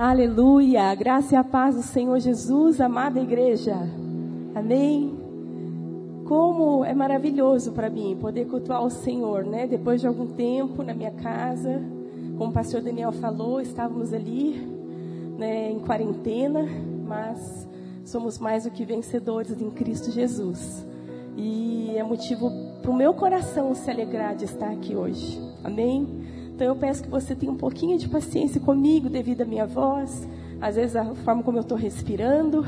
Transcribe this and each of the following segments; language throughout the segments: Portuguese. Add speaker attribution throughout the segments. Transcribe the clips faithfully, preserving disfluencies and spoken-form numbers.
Speaker 1: Aleluia, graça e a paz do Senhor Jesus, amada igreja, amém. Como é maravilhoso para mim poder cultuar o Senhor, né? Depois de algum tempo na minha casa, como o pastor Daniel falou, estávamos ali, né, em quarentena, mas somos mais do que vencedores em Cristo Jesus. E é motivo para o meu coração se alegrar de estar aqui hoje, amém? Então eu peço que você tenha um pouquinho de paciência comigo devido à minha voz, às vezes a forma como eu estou respirando,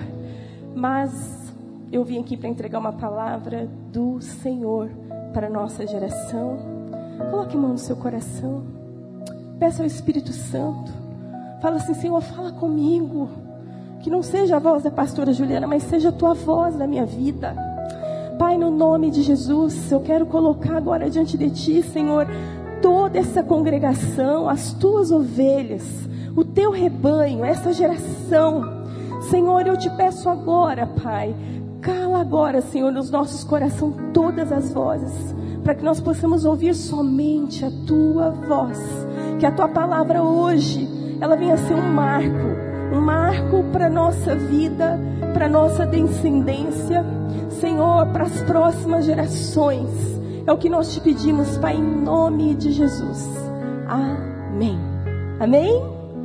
Speaker 1: mas eu vim aqui para entregar uma palavra do Senhor para a nossa geração. Coloque a mão no seu coração, peça ao Espírito Santo, fala assim: Senhor, fala comigo, que não seja a voz da pastora Juliana, mas seja a tua voz na minha vida. Pai, no nome de Jesus, eu quero colocar agora diante de ti, Senhor, toda essa congregação, as tuas ovelhas, o teu rebanho, essa geração. Senhor, eu te peço agora, Pai, cala agora, Senhor, nos nossos corações todas as vozes, para que nós possamos ouvir somente a tua voz. Que a tua palavra hoje, ela venha ser um marco, um marco para a nossa vida, para a nossa descendência, Senhor, para as próximas gerações. É o que nós te pedimos, Pai, em nome de Jesus. Amém. Amém?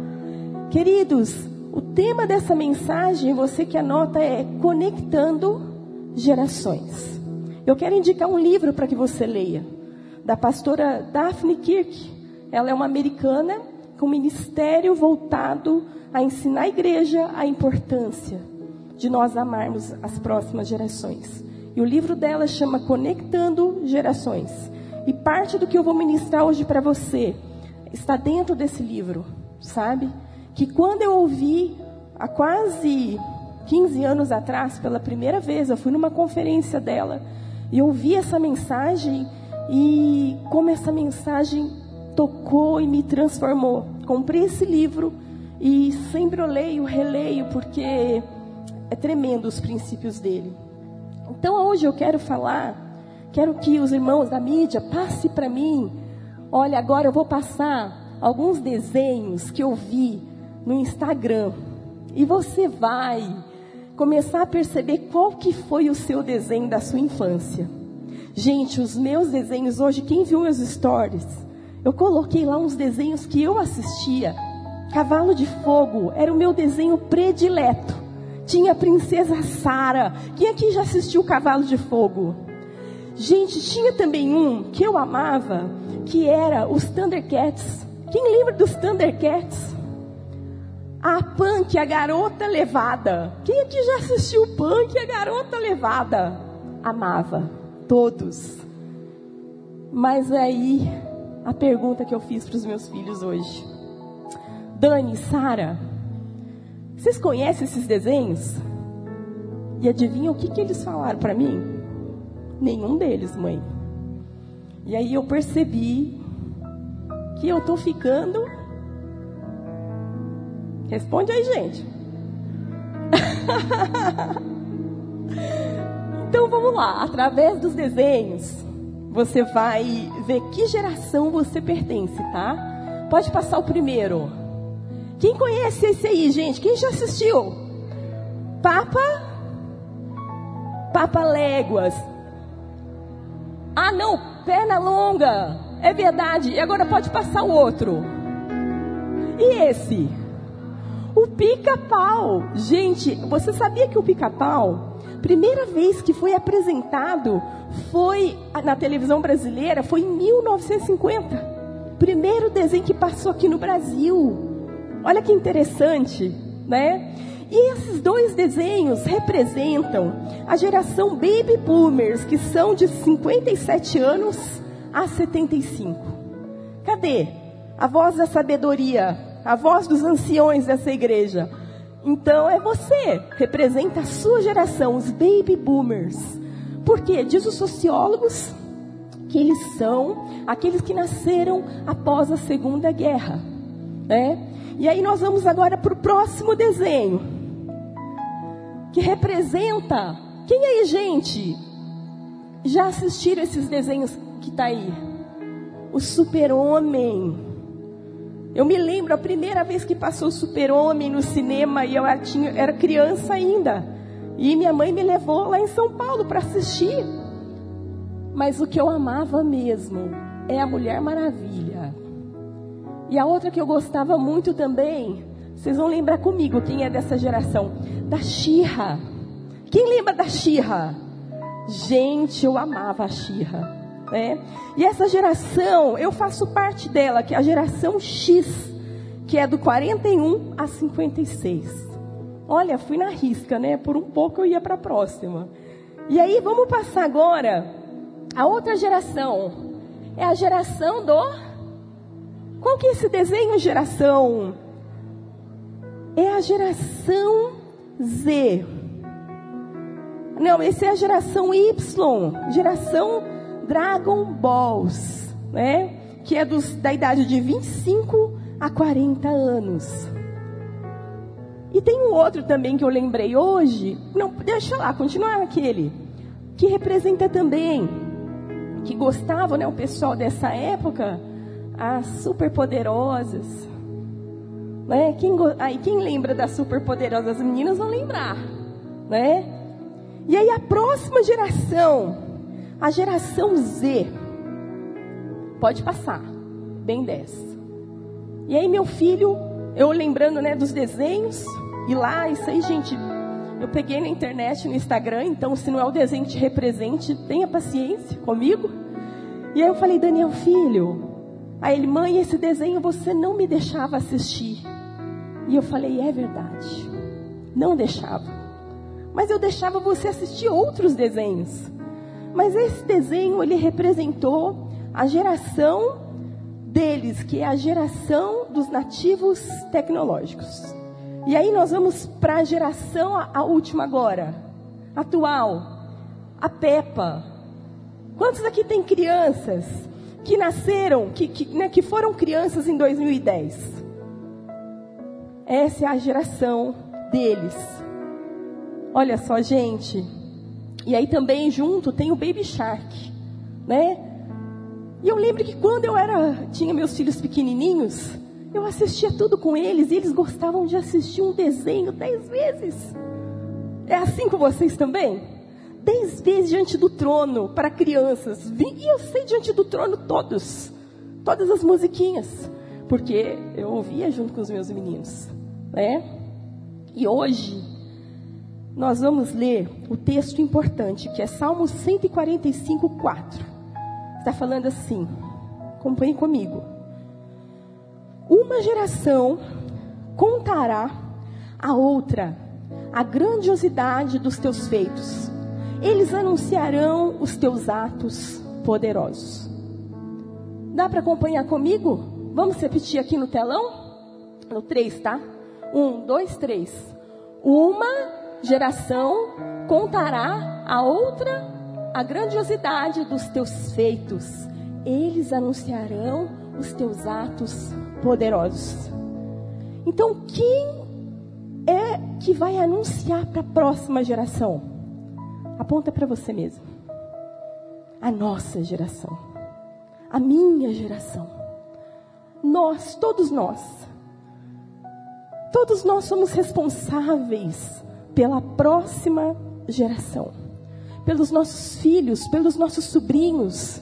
Speaker 1: Queridos, o tema dessa mensagem, você que anota, é Conectando Gerações. Eu quero indicar um livro para que você leia, da pastora Daphne Kirk. Ela é uma americana com um ministério voltado a ensinar a igreja a importância de nós amarmos as próximas gerações. E o livro dela chama Conectando Gerações. E parte do que eu vou ministrar hoje para você está dentro desse livro, sabe? Que quando eu ouvi, há quase quinze anos atrás, pela primeira vez, eu fui numa conferência dela, e ouvi essa mensagem, e como essa mensagem tocou e me transformou. Comprei esse livro, e sempre eu leio, releio, porque é tremendo os princípios dele. Então hoje eu quero falar, quero que os irmãos da mídia passem para mim. Olha, agora eu vou passar alguns desenhos que eu vi no Instagram. E você vai começar a perceber qual que foi o seu desenho da sua infância. Gente, os meus desenhos hoje, quem viu meus stories, eu coloquei lá uns desenhos que eu assistia. Cavalo de Fogo era o meu desenho predileto. Tinha a Princesa Sara. Quem aqui já assistiu Cavalo de Fogo? Gente, tinha também um que eu amava, que era os Thundercats. Quem lembra dos Thundercats? A Punk, a Garota Levada. Quem aqui já assistiu Punk, a Garota Levada? Amava. Todos. Mas aí, a pergunta que eu fiz para os meus filhos hoje. Dani, Sara, vocês conhecem esses desenhos? E adivinham o que, que eles falaram para mim? Nenhum deles, mãe. E aí eu percebi que eu tô ficando... Responde aí, gente. Então vamos lá. Através dos desenhos, você vai ver que geração você pertence, tá? Pode passar o primeiro. Quem conhece esse aí, gente? Quem já assistiu? Papa? Papa Léguas. Ah, não, Perna Longa. É verdade. E agora pode passar o outro. E esse? O Pica-Pau. Gente, você sabia que o Pica-Pau, primeira vez que foi apresentado, foi na televisão brasileira, foi em mil novecentos e cinquenta. Primeiro desenho que passou aqui no Brasil. Olha que interessante, né? E esses dois desenhos representam a geração Baby Boomers, que são de cinquenta e sete anos a setenta e cinco. Cadê? A voz da sabedoria, a voz dos anciões dessa igreja. Então é você, representa a sua geração, os Baby Boomers. Por quê? Diz os sociólogos que eles são aqueles que nasceram após a Segunda Guerra, né? E aí nós vamos agora para o próximo desenho, que representa... Quem aí, gente, já assistiram esses desenhos que está aí? O Super-Homem. Eu me lembro a primeira vez que passou o Super-Homem no cinema e eu era, tinha, era criança ainda. E minha mãe me levou lá em São Paulo para assistir. Mas o que eu amava mesmo é a Mulher Maravilha. E a outra que eu gostava muito também, vocês vão lembrar comigo, quem é dessa geração, da She-Ra. Quem lembra da She-Ra? Gente, eu amava a She-Ra, né? E essa geração, eu faço parte dela, que é a geração X, que é do quarenta e um a cinquenta e seis. Olha, fui na risca, né? Por um pouco eu ia para a próxima. E aí, vamos passar agora a outra geração. É a geração do... Qual que é esse desenho, geração? É a geração Z. Não, esse é a geração Y, geração Dragon Balls, né? Que é dos, da idade de vinte e cinco a quarenta anos. E tem um outro também que eu lembrei hoje, não, deixa lá, continuar aquele, que representa também, que gostava, né, o pessoal dessa época, as superpoderosas, né? Quem, aí quem lembra das superpoderosas, as meninas vão lembrar, né? E aí a próxima geração, a geração Z, pode passar, bem dez. E aí meu filho, eu lembrando, né, dos desenhos, e lá, isso aí, gente, eu peguei na internet, no Instagram, então se não é o desenho que te represente, tenha paciência comigo. E aí eu falei, Daniel, filho, aí ele, mãe, esse desenho você não me deixava assistir. E eu falei, é verdade, não deixava. Mas eu deixava você assistir outros desenhos. Mas esse desenho, ele representou a geração deles, que é a geração dos nativos tecnológicos. E aí nós vamos para a geração, a última agora, atual, a Peppa. Quantos aqui tem crianças que nasceram, que, que, né, que foram crianças em dois mil e dez? Essa é a geração deles. Olha só, gente. E aí também junto tem o Baby Shark, né? E eu lembro que quando eu era, tinha meus filhos pequenininhos, eu assistia tudo com eles e eles gostavam de assistir um desenho dez vezes. É assim com vocês também? Dez vezes Diante do Trono para crianças. E eu sei Diante do Trono todos, todas as musiquinhas, porque eu ouvia junto com os meus meninos, né? E hoje nós vamos ler o texto importante, que é Salmo cento e quarenta e cinco, quatro. Está falando assim, acompanhe comigo. Uma geração contará a outra a grandiosidade dos teus feitos. Eles anunciarão os teus atos poderosos. Dá para acompanhar comigo? Vamos repetir aqui no telão? No três, tá? Um, dois, três. Uma geração contará a outra a grandiosidade dos teus feitos. Eles anunciarão os teus atos poderosos. Então, quem é que vai anunciar para a próxima geração? Aponta para você mesmo. A nossa geração. A minha geração. Nós, todos nós. Todos nós somos responsáveis pela próxima geração. Pelos nossos filhos, pelos nossos sobrinhos.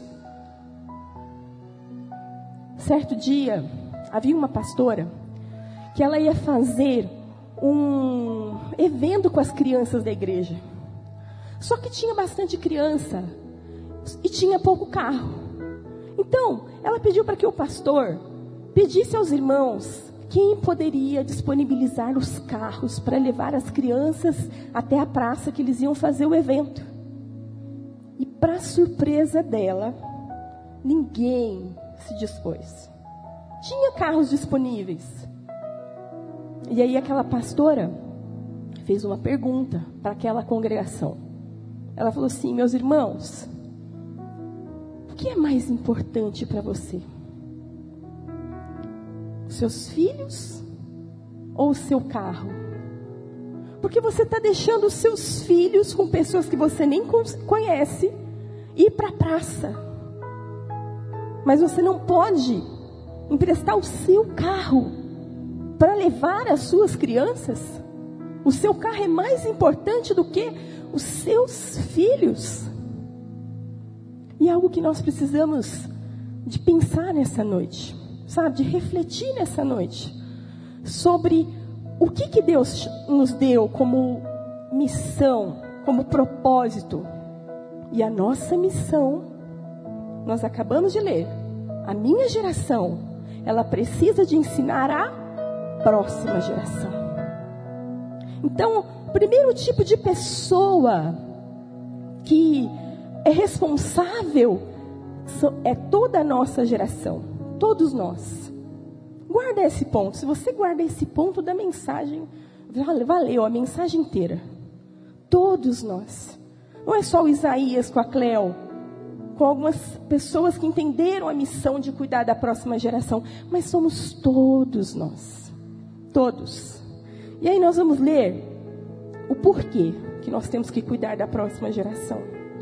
Speaker 1: Certo dia, havia uma pastora que ela ia fazer um evento com as crianças da igreja. Só que tinha bastante criança e tinha pouco carro. Então, ela pediu para que o pastor pedisse aos irmãos quem poderia disponibilizar os carros para levar as crianças até a praça que eles iam fazer o evento. E para surpresa dela, ninguém se dispôs. Tinha carros disponíveis. E aí aquela pastora fez uma pergunta para aquela congregação. Ela falou assim: meus irmãos, o que é mais importante para você? Os seus filhos ou o seu carro? Porque você está deixando os seus filhos com pessoas que você nem conhece ir para a praça. Mas você não pode emprestar o seu carro para levar as suas crianças? O seu carro é mais importante do que os seus filhos. E é algo que nós precisamos de pensar nessa noite, sabe? De refletir nessa noite sobre o que, que Deus nos deu como missão, como propósito. E a nossa missão, nós acabamos de ler, a minha geração, ela precisa de ensinar a próxima geração. Então, o primeiro tipo de pessoa que é responsável é toda a nossa geração, todos nós. Guarda esse ponto. Se você guarda esse ponto da mensagem, valeu a mensagem inteira. Todos nós. Não é só o Isaías com a Cleo, com algumas pessoas que entenderam a missão de cuidar da próxima geração, mas somos todos nós. Todos. E aí nós vamos ler o porquê que nós temos que cuidar da próxima geração.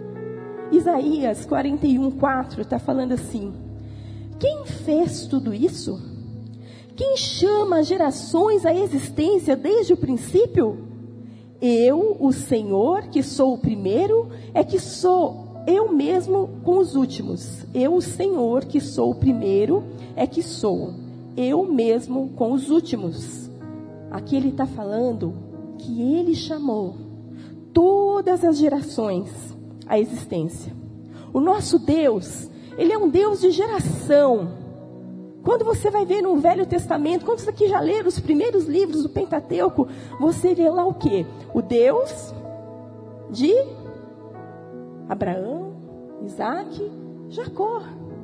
Speaker 1: Isaías quarenta e um, quatro está falando assim: quem fez tudo isso? Quem chama as gerações à existência desde o princípio? Eu, o Senhor, que sou o primeiro, é que sou eu mesmo com os últimos. Eu, o Senhor, que sou o primeiro, é que sou eu mesmo com os últimos. Aqui ele está falando que ele chamou todas as gerações à existência. O nosso Deus, ele é um Deus de geração. Quando você vai ver no Velho Testamento, quantos aqui já leram os primeiros livros do Pentateuco, você vê lá o quê? O Deus de Abraão, Isaac, Jacó.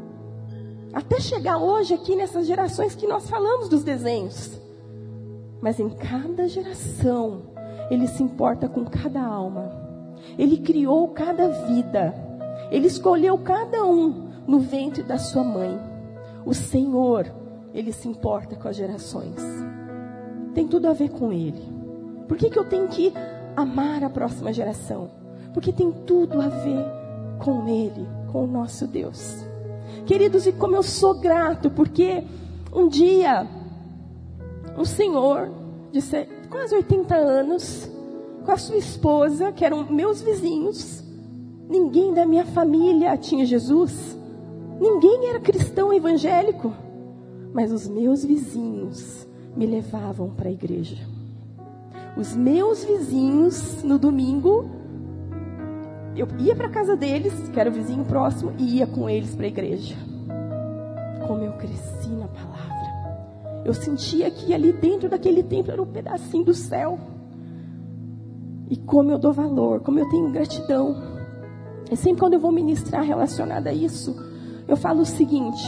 Speaker 1: Até chegar hoje aqui nessas gerações que nós falamos dos desenhos. Mas em cada geração, ele se importa com cada alma. Ele criou cada vida. Ele escolheu cada um no ventre da sua mãe. O Senhor, ele se importa com as gerações. Tem tudo a ver com ele. Por que que eu tenho que amar a próxima geração? Porque tem tudo a ver com ele, com o nosso Deus. Queridos, e como eu sou grato, porque um dia, um senhor de quase oitenta anos, com a sua esposa, que eram meus vizinhos, ninguém da minha família tinha Jesus, ninguém era cristão evangélico, mas os meus vizinhos me levavam para a igreja. Os meus vizinhos, no domingo, eu ia para a casa deles, que era o vizinho próximo, e ia com eles para a igreja. Como eu cresci na palavra. Eu sentia que ali dentro daquele templo era um pedacinho do céu. E como eu dou valor, como eu tenho gratidão. E sempre quando eu vou ministrar relacionado a isso, eu falo o seguinte: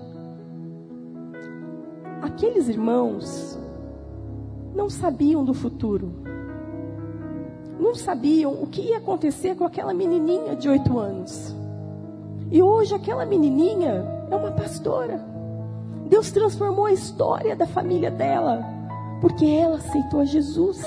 Speaker 1: aqueles irmãos não sabiam do futuro. Não sabiam o que ia acontecer com aquela menininha de oito anos. E hoje aquela menininha é uma pastora. Deus transformou a história da família dela, porque ela aceitou a Jesus.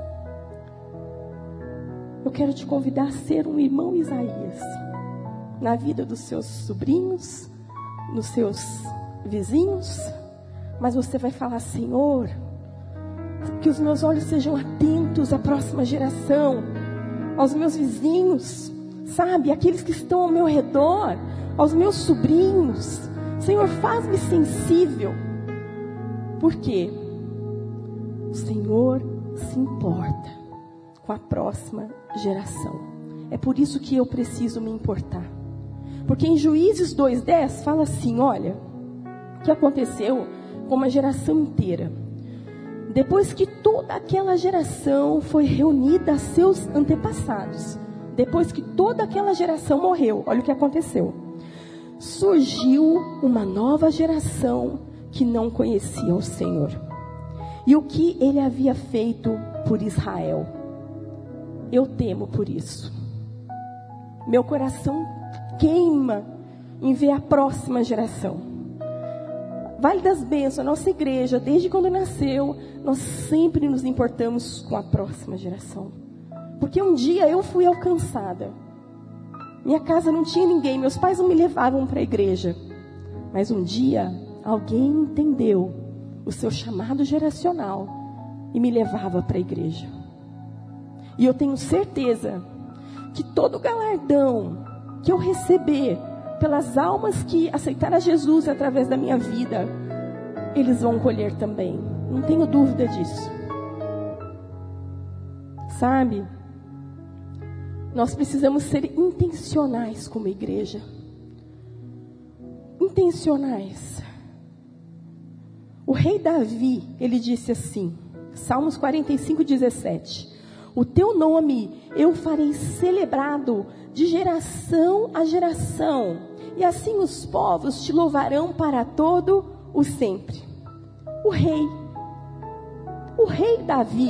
Speaker 1: Eu quero te convidar a ser um irmão Isaías, na vida dos seus sobrinhos, nos seus vizinhos. Mas você vai falar: Senhor, que os meus olhos sejam atentos à próxima geração, aos meus vizinhos, sabe, aqueles que estão ao meu redor, aos meus sobrinhos. Senhor, faz-me sensível. Por quê? O Senhor se importa com a próxima geração. É por isso que eu preciso me importar. Porque em Juízes dois, dez fala assim: olha, o que aconteceu com uma geração inteira. Depois que toda aquela geração foi reunida a seus antepassados, depois que toda aquela geração morreu, olha o que aconteceu. Surgiu uma nova geração que não conhecia o Senhor. E o que ele havia feito por Israel. Eu temo por isso. Meu coração queima em ver a próxima geração. Vale das Bênçãos, a nossa igreja, desde quando nasceu, nós sempre nos importamos com a próxima geração. Porque um dia eu fui alcançada. Minha casa não tinha ninguém, meus pais não me levavam para a igreja. Mas um dia alguém entendeu o seu chamado geracional e me levava para a igreja. E eu tenho certeza que todo galardão que eu receber pelas almas que aceitaram a Jesus através da minha vida, eles vão colher também. Não tenho dúvida disso. Sabe? Nós precisamos ser intencionais como igreja. Intencionais. O rei Davi, ele disse assim, Salmos quarenta e cinco, dezessete. O teu nome eu farei celebrado de geração a geração, e assim os povos te louvarão para todo o sempre. O rei, o rei Davi.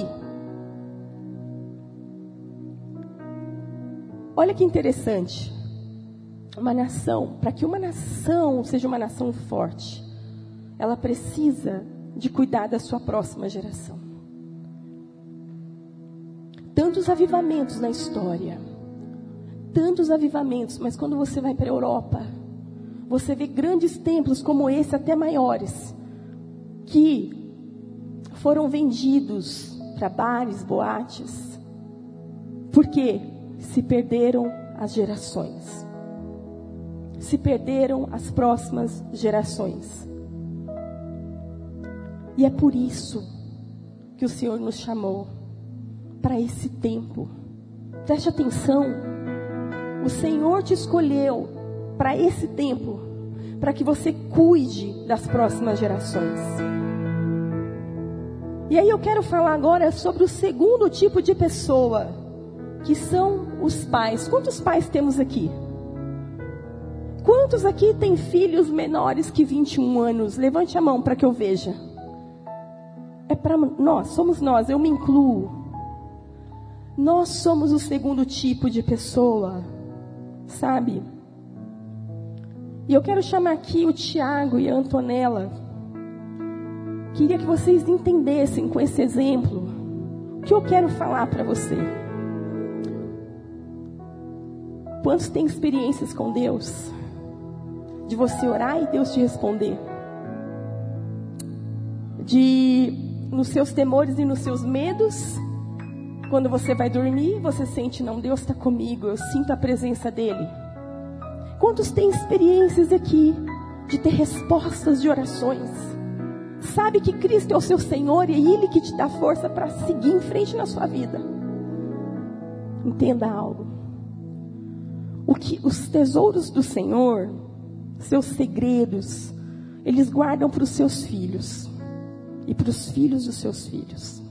Speaker 1: Olha que interessante. Uma nação, para que uma nação seja uma nação forte, ela precisa de cuidar da sua próxima geração. Tantos avivamentos na história, tantos avivamentos, mas quando você vai para a Europa, você vê grandes templos como esse, até maiores, que foram vendidos para bares, boates, porque se perderam as gerações, se perderam as próximas gerações. E é por isso que o Senhor nos chamou para esse tempo. Preste atenção, o Senhor te escolheu para esse tempo, para que você cuide das próximas gerações. E aí eu quero falar agora sobre o segundo tipo de pessoa, que são os pais. Quantos pais temos aqui? Quantos aqui têm filhos menores que vinte e um anos? Levante a mão para que eu veja. É para nós, somos nós, eu me incluo. Nós somos o segundo tipo de pessoa, sabe? E eu quero chamar aqui o Tiago e a Antonella. Queria que vocês entendessem com esse exemplo o que eu quero falar para você. Quantos têm experiências com Deus? De você orar e Deus te responder. De, nos seus temores e nos seus medos, quando você vai dormir, você sente, não, Deus está comigo, eu sinto a presença dEle. Quantos têm experiências aqui de ter respostas de orações? Sabe que Cristo é o seu Senhor e é Ele que te dá força para seguir em frente na sua vida. Entenda algo. O que, os tesouros do Senhor, seus segredos, eles guardam para os seus filhos e para os filhos dos seus filhos.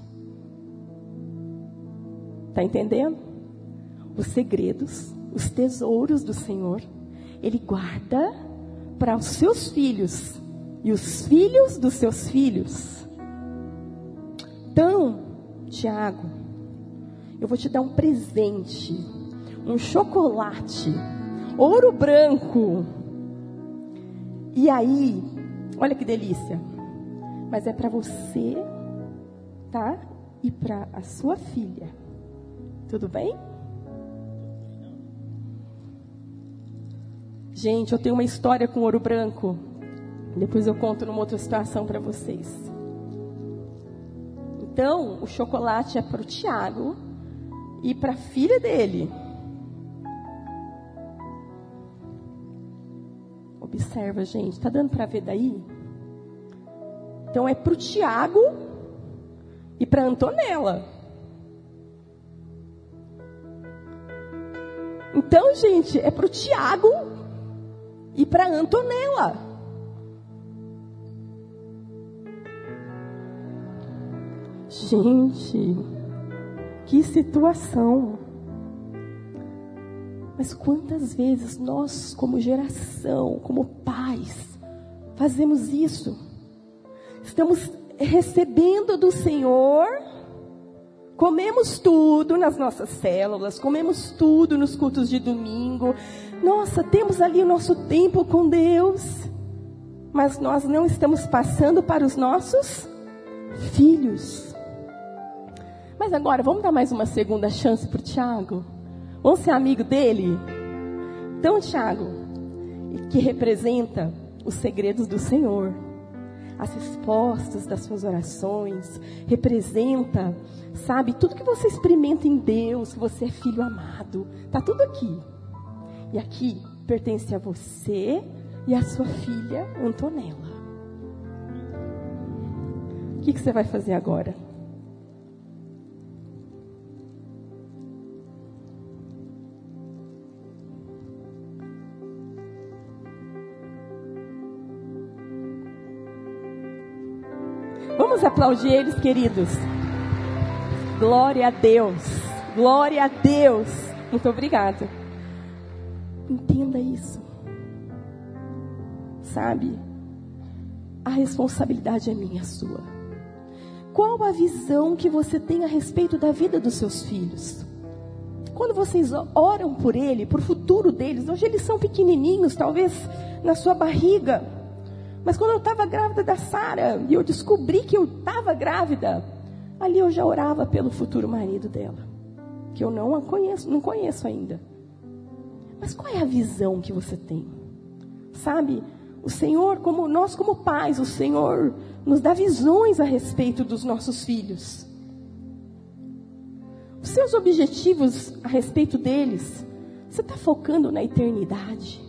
Speaker 1: Está entendendo? Os segredos, os tesouros do Senhor, Ele guarda para os seus filhos e os filhos dos seus filhos. Então, Tiago, eu vou te dar um presente, um chocolate, ouro branco. E aí, olha que delícia. Mas é para você, tá? E para a sua filha. Tudo bem? Gente, eu tenho uma história com ouro branco. Depois eu conto numa outra situação para vocês. Então, o chocolate é para o Tiago e para a filha dele. Observa, gente. Tá dando para ver daí? Então, é para o Tiago e para a Antonella. Então, gente, é para o Tiago e para a Antonella. Gente, que situação. Mas quantas vezes nós, como geração, como pais, fazemos isso? Estamos recebendo do Senhor, comemos tudo nas nossas células, comemos tudo nos cultos de domingo. Nossa, temos ali o nosso tempo com Deus, mas nós não estamos passando para os nossos filhos. Mas agora, vamos dar mais uma segunda chance para o Tiago? Vamos ser amigo dele? Então, Tiago, que representa os segredos do Senhor, as respostas das suas orações, representa, sabe, tudo que você experimenta em Deus, que você é filho amado, está tudo aqui. E aqui pertence a você e a sua filha Antonella. O que, que você vai fazer agora? Vamos aplaudir eles, queridos. Glória a Deus. Glória a Deus. Muito obrigada. Entenda isso. Sabe? A responsabilidade é minha, sua. Qual a visão que você tem a respeito da vida dos seus filhos? Quando vocês oram por ele, por futuro deles, hoje eles são pequenininhos, talvez na sua barriga. Mas quando eu estava grávida da Sara, e eu descobri que eu estava grávida, ali eu já orava pelo futuro marido dela, que eu não a conheço, não conheço ainda. Mas qual é a visão que você tem? Sabe, o Senhor, como nós como pais, o Senhor nos dá visões a respeito dos nossos filhos. Os seus objetivos a respeito deles, você está focando na eternidade?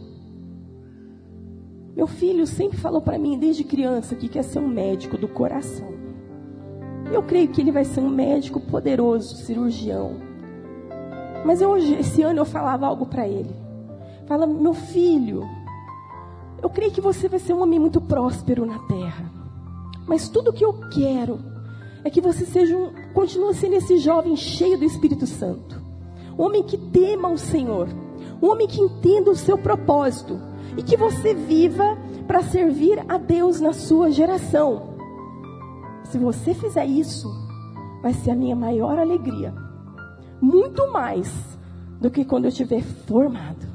Speaker 1: Meu filho sempre falou para mim, desde criança, que quer ser um médico do coração. Eu creio que ele vai ser um médico poderoso, cirurgião. Mas eu, hoje, esse ano eu falava algo para ele. Fala, meu filho, eu creio que você vai ser um homem muito próspero na terra. Mas tudo que eu quero é que você seja um, continue sendo esse jovem cheio do Espírito Santo. Um homem que tema o Senhor. Um homem que entenda o seu propósito. E que você viva para servir a Deus na sua geração. Se você fizer isso, vai ser a minha maior alegria. Muito mais do que quando eu estiver formado.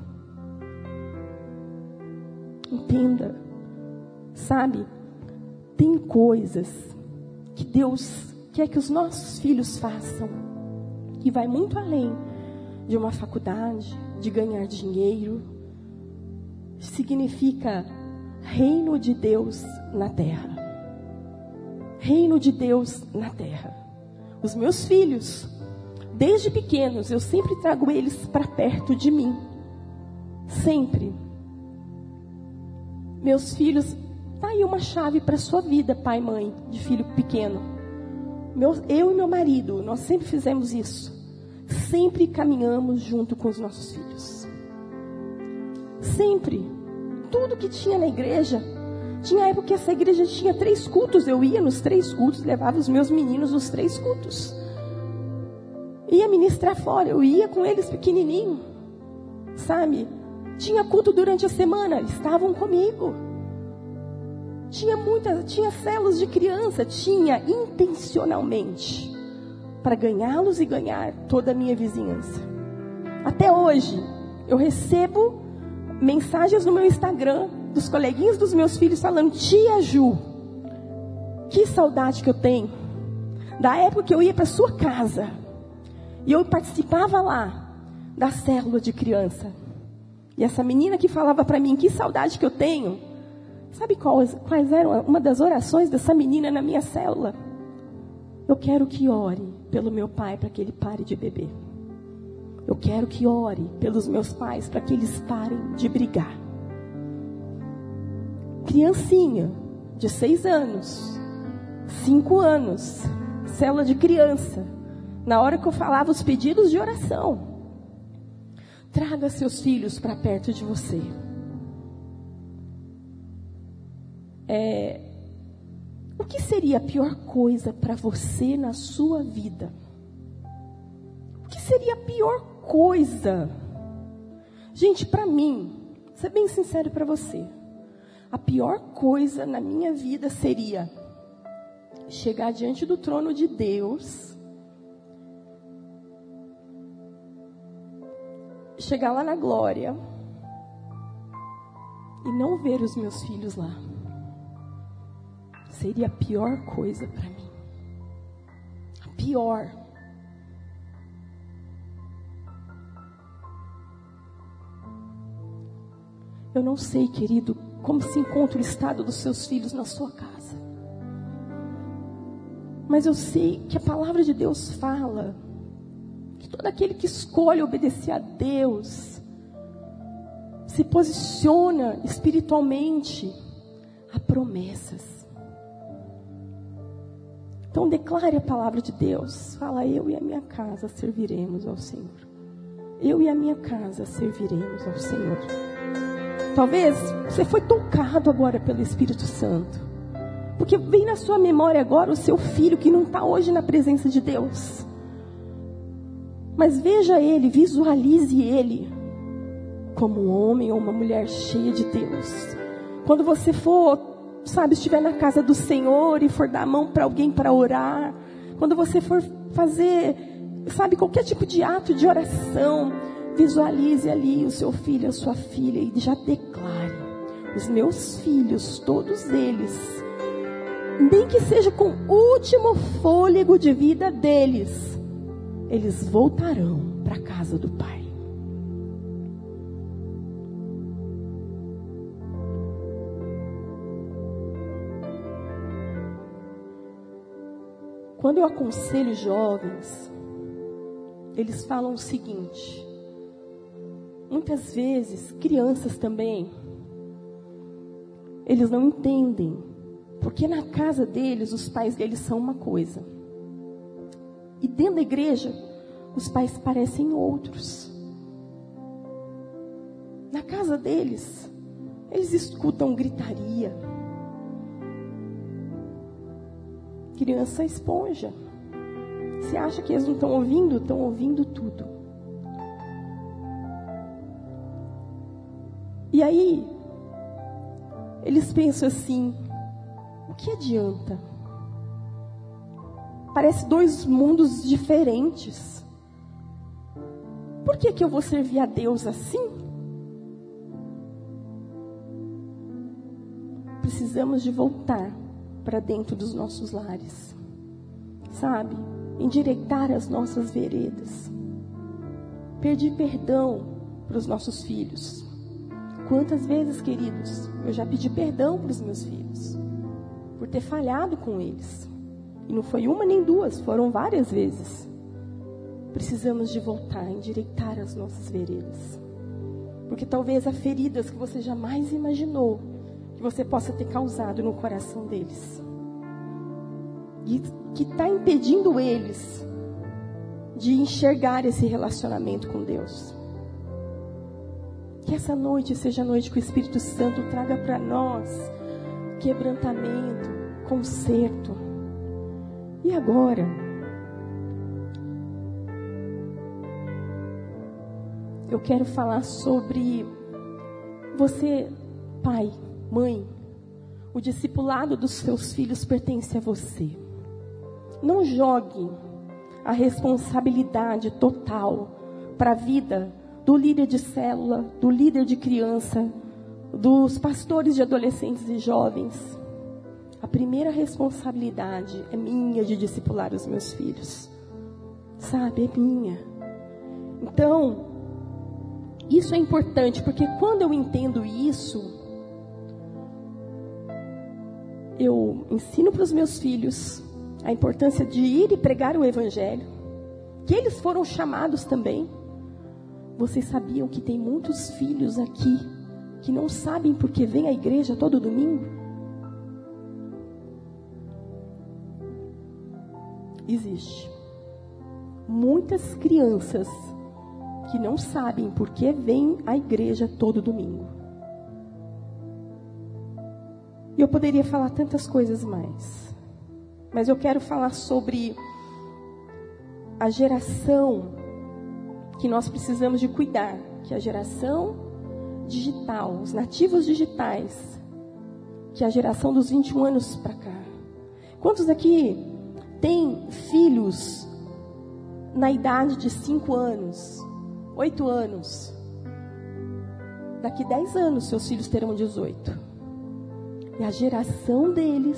Speaker 1: Entenda. Sabe? Tem coisas que Deus quer que os nossos filhos façam. Que vai muito além de uma faculdade, de ganhar dinheiro. Significa reino de Deus na terra. Reino de Deus na terra. Os meus filhos, desde pequenos, eu sempre trago eles para perto de mim. Sempre. Meus filhos, tá aí uma chave para a sua vida, pai e mãe, de filho pequeno. Meu, eu e meu marido, nós sempre fizemos isso. Sempre caminhamos junto com os nossos filhos. Sempre. Tudo que tinha na igreja. Tinha época que essa igreja tinha três cultos. Eu ia nos três cultos, levava os meus meninos nos três cultos. Ia ministrar fora. Eu ia com eles pequenininho. Sabe? Tinha culto durante a semana. Estavam comigo. Tinha muitas, tinha células de criança. Tinha intencionalmente. Para ganhá-los e ganhar toda a minha vizinhança. Até hoje, eu recebo mensagens no meu Instagram dos coleguinhas dos meus filhos falando: tia Ju, que saudade que eu tenho da época que eu ia para sua casa e eu participava lá da célula de criança. E essa menina que falava para mim, que saudade que eu tenho, sabe quais, quais eram uma das orações dessa menina na minha célula? Eu quero que ore pelo meu pai para que ele pare de beber. Eu quero que ore pelos meus pais para que eles parem de brigar. Criancinha de seis anos, cinco anos, célula de criança. Na hora que eu falava os pedidos de oração. Traga seus filhos para perto de você. É, o que seria a pior coisa para você na sua vida? O que seria a pior coisa? Gente, para mim, vou ser bem sincero para você, a pior coisa na minha vida seria chegar diante do trono de Deus, chegar lá na glória e não ver os meus filhos lá. Seria a pior coisa para mim. A pior. Eu não sei, querido, como se encontra o estado dos seus filhos na sua casa. Mas eu sei que a palavra de Deus fala que todo aquele que escolhe obedecer a Deus se posiciona espiritualmente a promessas. Então declare a palavra de Deus. Fala: eu e a minha casa serviremos ao Senhor. Eu e a minha casa serviremos ao Senhor. Talvez você foi tocado agora pelo Espírito Santo, porque vem na sua memória agora o seu filho que não está hoje na presença de Deus. Mas veja ele, visualize ele como um homem ou uma mulher cheia de Deus. Quando você for, sabe, estiver na casa do Senhor e for dar a mão para alguém para orar, quando você for fazer, sabe, qualquer tipo de ato de oração, visualize ali o seu filho, a sua filha, e já declare: os meus filhos, todos eles, nem que seja com o último fôlego de vida deles, eles voltarão para a casa do Pai. Quando eu aconselho jovens, eles falam o seguinte: muitas vezes, crianças também, eles não entendem, porque na casa deles, os pais deles são uma coisa, e dentro da igreja, os pais parecem outros. Na casa deles, eles escutam gritaria. Criança esponja. Você acha que eles não estão ouvindo? Estão ouvindo tudo. E aí, eles pensam assim: o que adianta? Parece dois mundos diferentes. Por que que eu vou servir a Deus assim? Precisamos de voltar para dentro dos nossos lares, sabe? Endireitar as nossas veredas, pedir perdão para os nossos filhos. Quantas vezes, queridos, eu já pedi perdão para os meus filhos por ter falhado com eles, e não foi uma nem duas, foram várias vezes. Precisamos de voltar, endireitar as nossas veredas, porque talvez há feridas que você jamais imaginou que você possa ter causado no coração deles, e que está impedindo eles de enxergar esse relacionamento com Deus. Que essa noite seja a noite que o Espírito Santo traga para nós quebrantamento, conserto. E agora, eu quero falar sobre você, pai, mãe. O discipulado dos seus filhos pertence a você. Não jogue a responsabilidade total para a vida do líder de célula, do líder de criança, dos pastores de adolescentes e jovens. A primeira responsabilidade é minha de discipular os meus filhos. Sabe, é minha. Então, isso é importante, porque quando eu entendo isso, eu ensino para os meus filhos a importância de ir e pregar o Evangelho, que eles foram chamados também. Vocês sabiam que tem muitos filhos aqui que não sabem porque vêm à igreja todo domingo? Existe muitas crianças que não sabem porque vêm à igreja todo domingo. E eu poderia falar tantas coisas mais, mas eu quero falar sobre a geração que nós precisamos de cuidar, que é a geração digital, os nativos digitais, que é a geração dos vinte e um anos para cá. Quantos aqui têm filhos na idade de cinco anos, oito anos? Daqui dez anos seus filhos terão dezoito. E a geração deles,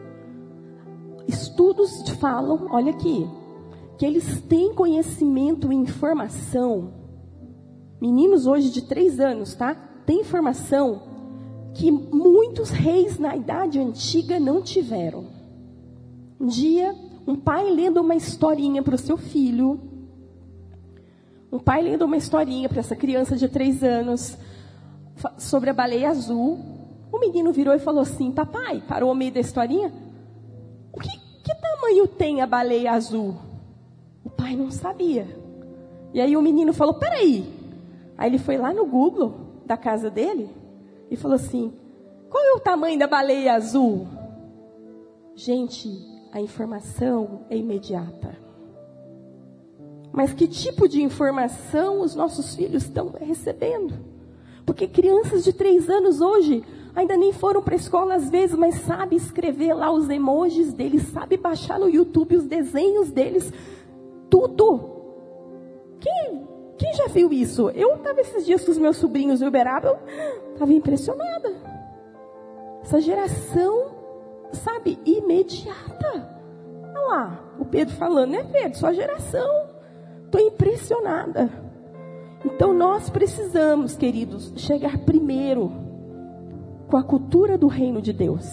Speaker 1: estudos falam, olha aqui, que eles têm conhecimento e informação. Meninos hoje de três anos, tá? Tem informação que muitos reis na Idade Antiga não tiveram. Um dia, um pai lendo uma historinha para o seu filho, um pai lendo uma historinha para essa criança de três anos, sobre a baleia azul, o menino virou e falou assim: papai, parou ao meio da historinha, o que, que tamanho tem a baleia azul? O pai não sabia. E aí o menino falou: peraí. Aí ele foi lá no Google da casa dele e falou assim: qual é o tamanho da baleia azul? Gente, a informação é imediata. Mas que tipo de informação os nossos filhos estão recebendo? Porque crianças de três anos hoje ainda nem foram para a escola às vezes, mas sabe escrever lá os emojis deles, sabe baixar no YouTube os desenhos deles, tudo. Quem, quem já viu isso? Eu estava esses dias com os meus sobrinhos no Uberaba, eu estava impressionada. Essa geração, sabe, imediata. Olha lá, o Pedro falando, né, Pedro? Sua geração. Estou impressionada. Então nós precisamos, queridos, chegar primeiro com a cultura do reino de Deus.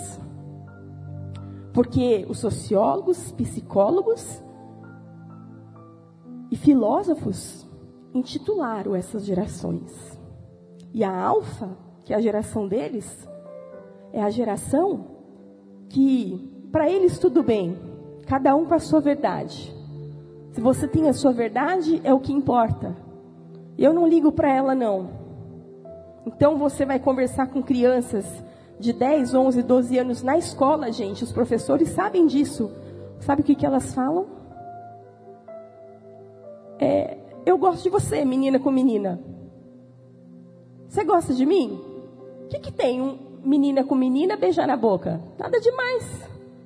Speaker 1: Porque os sociólogos, psicólogos e filósofos intitularam essas gerações. E a alfa, que é a geração deles, é a geração que, para eles tudo bem, cada um com a sua verdade. Se você tem a sua verdade, é o que importa. Eu não ligo para ela, não. Então você vai conversar com crianças de dez, onze, doze anos na escola, gente. Os professores sabem disso. Sabe o que, que elas falam? É, eu gosto de você, menina com menina. Você gosta de mim? O que, que tem um menina com menina beijar na boca? Nada demais.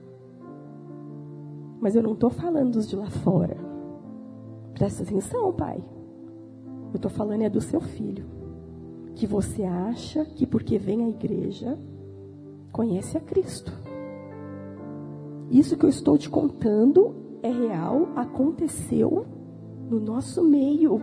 Speaker 1: Mas eu não estou falando dos de lá fora. Presta atenção, pai. Eu estou falando é do seu filho. Que você acha que porque vem à igreja, conhece a Cristo. Isso que eu estou te contando é real, aconteceu no nosso meio.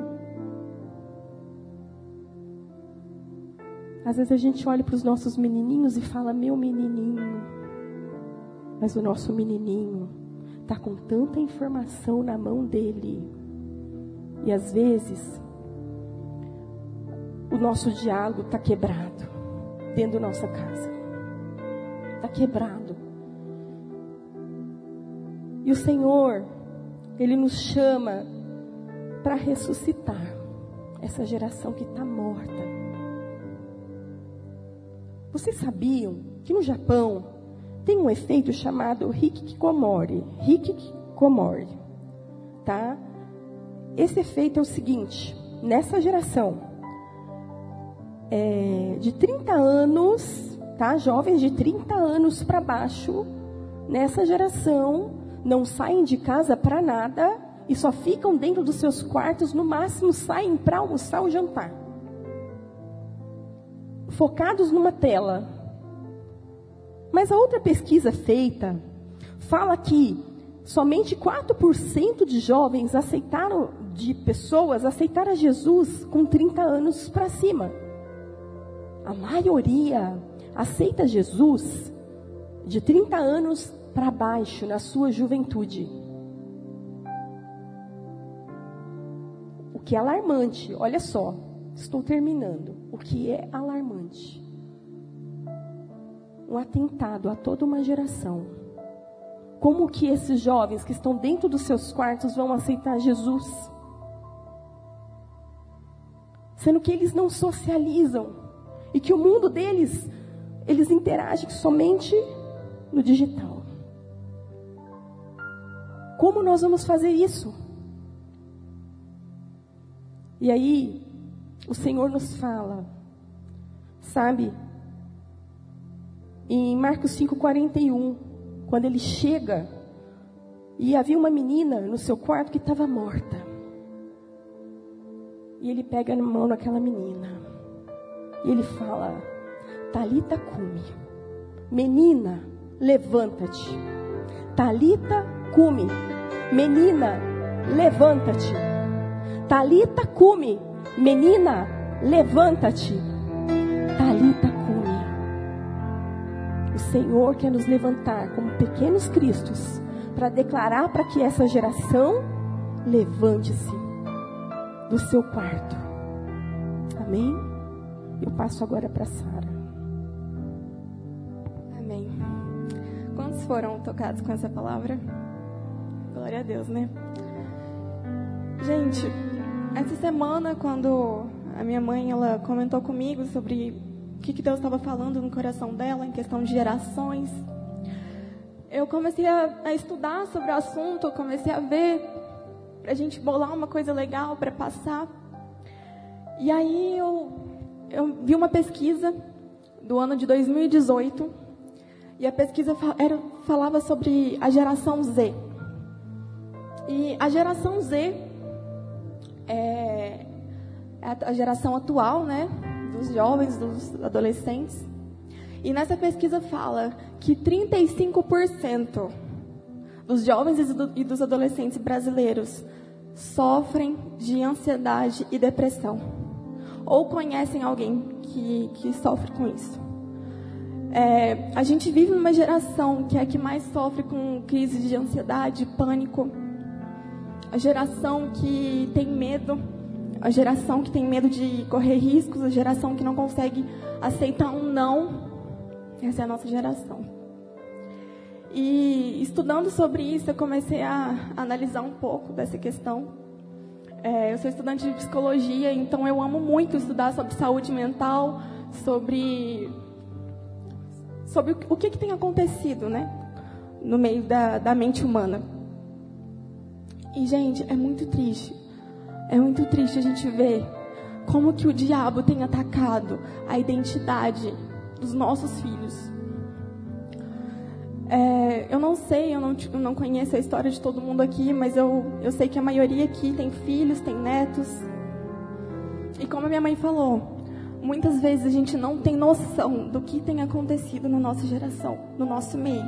Speaker 1: Às vezes a gente olha para os nossos menininhos e fala, meu menininho. Mas o nosso menininho está com tanta informação na mão dele. E às vezes, o nosso diálogo está quebrado dentro da nossa casa. Está quebrado. E o Senhor, Ele nos chama para ressuscitar essa geração que está morta. Vocês sabiam que no Japão tem um efeito chamado hikikomori? Hikikomori, tá? Esse efeito é o seguinte, nessa geração, é, de trinta anos, tá? Jovens de trinta anos para baixo, nessa geração, não saem de casa para nada e só ficam dentro dos seus quartos, no máximo saem para almoçar ou jantar. Focados numa tela. Mas a outra pesquisa feita fala que somente quatro por cento de jovens aceitaram, de pessoas aceitaram Jesus com trinta anos para cima. A maioria aceita Jesus de trinta anos para baixo, na sua juventude. O que é alarmante, olha só, estou terminando. O que é alarmante? Um atentado a toda uma geração. Como que esses jovens que estão dentro dos seus quartos vão aceitar Jesus? Sendo que eles não socializam. E que o mundo deles, eles interagem somente no digital. Como nós vamos fazer isso? E aí, o Senhor nos fala, sabe? Em Marcos cinco, quarenta e um, quando ele chega, e havia uma menina no seu quarto que estava morta. E ele pega na mão naquela menina. E ele fala, Talita cumi. Menina, levanta-te. Talita cumi. Menina, levanta-te. Talita cumi. Menina, levanta-te. Talita cumi. O Senhor quer nos levantar como pequenos cristos para declarar para que essa geração levante-se do seu quarto. Amém? Eu passo agora para Sara.
Speaker 2: Amém. Quantos foram tocados com essa palavra? Glória a Deus, né? Gente, essa semana, quando a minha mãe ela comentou comigo sobre o que, que Deus estava falando no coração dela, em questão de gerações, eu comecei a, a estudar sobre o assunto, eu comecei a ver, para a gente bolar uma coisa legal para passar. E aí eu, eu vi uma pesquisa do ano de dois mil e dezoito, e a pesquisa era, falava sobre a geração Z. E a geração Z é a geração atual, né, dos jovens, dos adolescentes. E nessa pesquisa fala que trinta e cinco por cento dos jovens e dos adolescentes brasileiros sofrem de ansiedade e depressão, ou conhecem alguém que, que sofre com isso. É, a gente vive numa geração que é a que mais sofre com crise de ansiedade, pânico, a geração que tem medo, a geração que tem medo de correr riscos, a geração que não consegue aceitar um não. Essa é a nossa geração. E estudando sobre isso, eu comecei a analisar um pouco dessa questão. É, eu sou estudante de psicologia, então eu amo muito estudar sobre saúde mental, sobre, sobre o, o que, que tem acontecido, né, no meio da, da mente humana. E, gente, é muito triste. É muito triste a gente ver como que o diabo tem atacado a identidade dos nossos filhos. É, eu não sei, eu não, eu não conheço a história de todo mundo aqui, mas eu, eu sei que a maioria aqui tem filhos, tem netos. E como a minha mãe falou, muitas vezes a gente não tem noção do que tem acontecido na nossa geração, no nosso meio.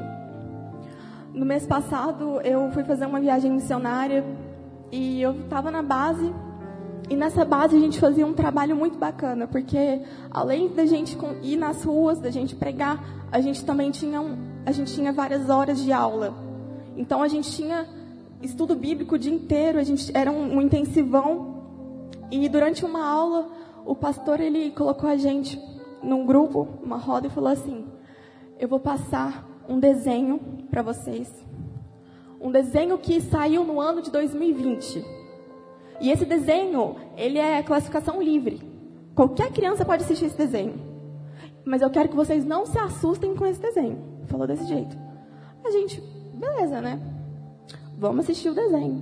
Speaker 2: No mês passado, eu fui fazer uma viagem missionária e eu estava na base. E nessa base a gente fazia um trabalho muito bacana, porque além da gente ir nas ruas, da gente pregar, a gente também tinha, um, a gente tinha várias horas de aula. Então a gente tinha estudo bíblico o dia inteiro, a gente, era um, um intensivão. E durante uma aula, o pastor ele colocou a gente num grupo, uma roda, e falou assim: eu vou passar um desenho para vocês. Um desenho que saiu no ano de dois mil e vinte. E esse desenho, ele é classificação livre. Qualquer criança pode assistir esse desenho. Mas eu quero que vocês não se assustem com esse desenho. Falou desse jeito. A gente, beleza, né? Vamos assistir o desenho.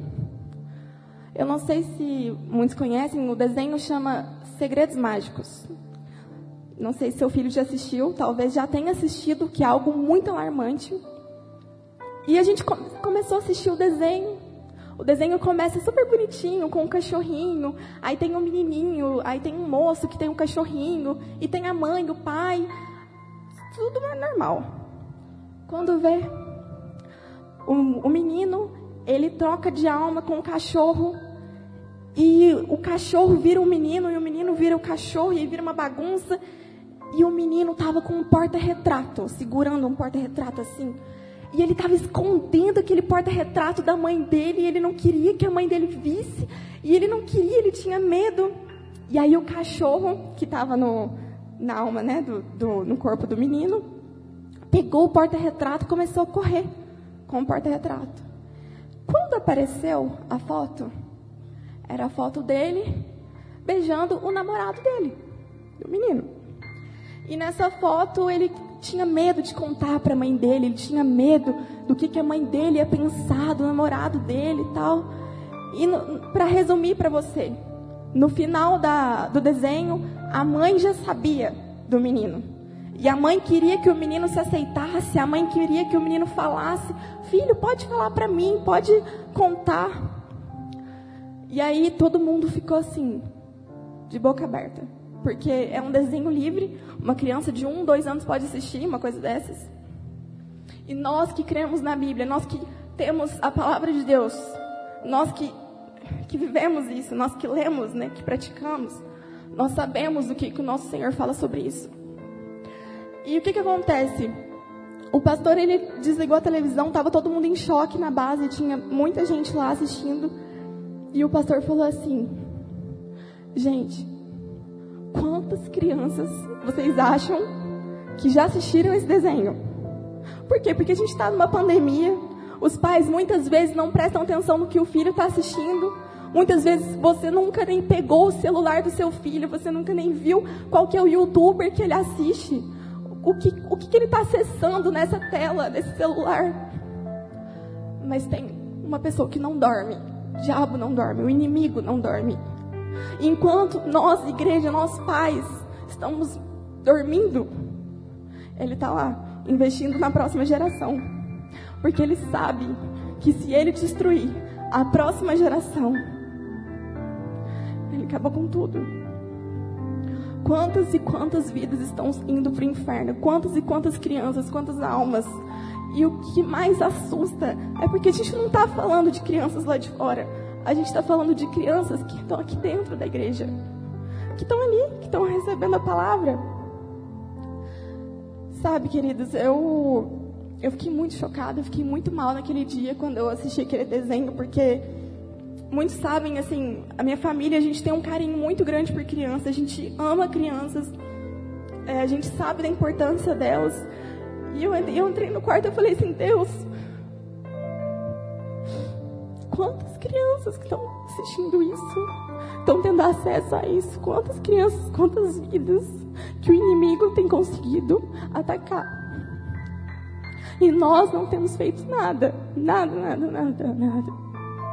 Speaker 2: Eu não sei se muitos conhecem, o desenho chama Segredos Mágicos. Não sei se seu filho já assistiu, talvez já tenha assistido, que é algo muito alarmante. E a gente come- começou a assistir o desenho. O desenho começa super bonitinho, com um cachorrinho. Aí tem um menininho, aí tem um moço que tem um cachorrinho. E tem a mãe, o pai. Tudo é normal. Quando vê, o, o menino, ele troca de alma com o cachorro. E o cachorro vira o menino, e o menino vira o cachorro, e vira uma bagunça. E o menino estava com um porta-retrato, segurando um porta-retrato assim. E ele estava escondendo aquele porta-retrato da mãe dele, e ele não queria que a mãe dele visse. E ele não queria, ele tinha medo. E aí o cachorro, que estava no, na alma, né, do, do, no corpo do menino, pegou o porta-retrato e começou a correr com o porta-retrato. Quando apareceu a foto, era a foto dele beijando o namorado dele, do menino. E nessa foto ele tinha medo de contar para a mãe dele, ele tinha medo do que, que a mãe dele ia pensar do namorado dele e tal. E para resumir para você, no final da, do desenho, a mãe já sabia do menino. E a mãe queria que o menino se aceitasse, a mãe queria que o menino falasse: filho, pode falar para mim, pode contar. E aí todo mundo ficou assim, de boca aberta. Porque é um desenho livre, uma criança de um, dois anos pode assistir uma coisa dessas. E nós que cremos na Bíblia, nós que temos a palavra de Deus, nós que, que vivemos isso, nós que lemos, né, que praticamos, nós sabemos o que, que o nosso Senhor fala sobre isso. E o que, que acontece? o pastor, ele desligou a televisão, estava todo mundo em choque na base, tinha muita gente lá assistindo. E o pastor falou assim: gente, quantas crianças vocês acham que já assistiram esse desenho? Por quê? Porque a gente está numa pandemia, os pais muitas vezes não prestam atenção no que o filho está assistindo. Muitas vezes você nunca nem pegou o celular do seu filho, você nunca nem viu qual que é o youtuber que ele assiste. O que, o que, que ele está acessando nessa tela, nesse celular. Mas tem uma pessoa que não dorme. O diabo não dorme, o inimigo não dorme. E enquanto nós, igreja, nós pais, estamos dormindo, ele está lá, investindo na próxima geração. Porque ele sabe que se ele destruir a próxima geração, ele acaba com tudo. Quantas e quantas vidas estão indo para o inferno? Quantas e quantas crianças, quantas almas? E o que mais assusta é porque a gente não está falando de crianças lá de fora. A gente está falando de crianças que estão aqui dentro da igreja. Que estão ali, que estão recebendo a palavra. Sabe, queridos, eu, eu fiquei muito chocada, eu fiquei muito mal naquele dia quando eu assisti aquele desenho, porque muitos sabem, assim, a minha família, a gente tem um carinho muito grande por crianças, a gente ama crianças, é, a gente sabe da importância delas. E eu, eu entrei no quarto e eu falei assim: Deus, quantas crianças que estão assistindo isso, estão tendo acesso a isso, quantas crianças, quantas vidas que o inimigo tem conseguido atacar. E nós não temos feito nada, nada, nada, nada, nada.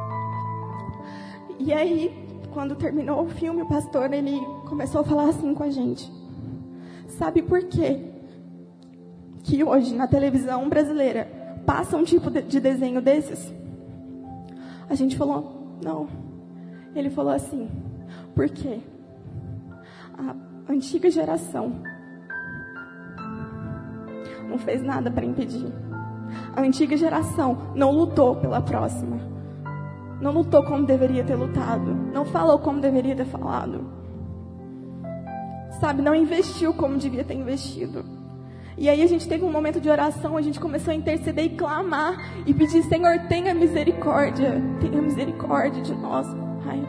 Speaker 2: E aí, quando terminou o filme, o pastor, ele começou a falar assim com a gente: sabe por quê que hoje na televisão brasileira passa um tipo de desenho desses? A gente falou: não. Ele falou assim: por quê? A antiga geração não fez nada para impedir. A antiga geração não lutou pela próxima. Não lutou como deveria ter lutado. Não falou como deveria ter falado. Sabe, não investiu como devia ter investido. E aí a gente teve um momento de oração, a gente começou a interceder e clamar e pedir: Senhor, tenha misericórdia, tenha misericórdia de nós, Pai.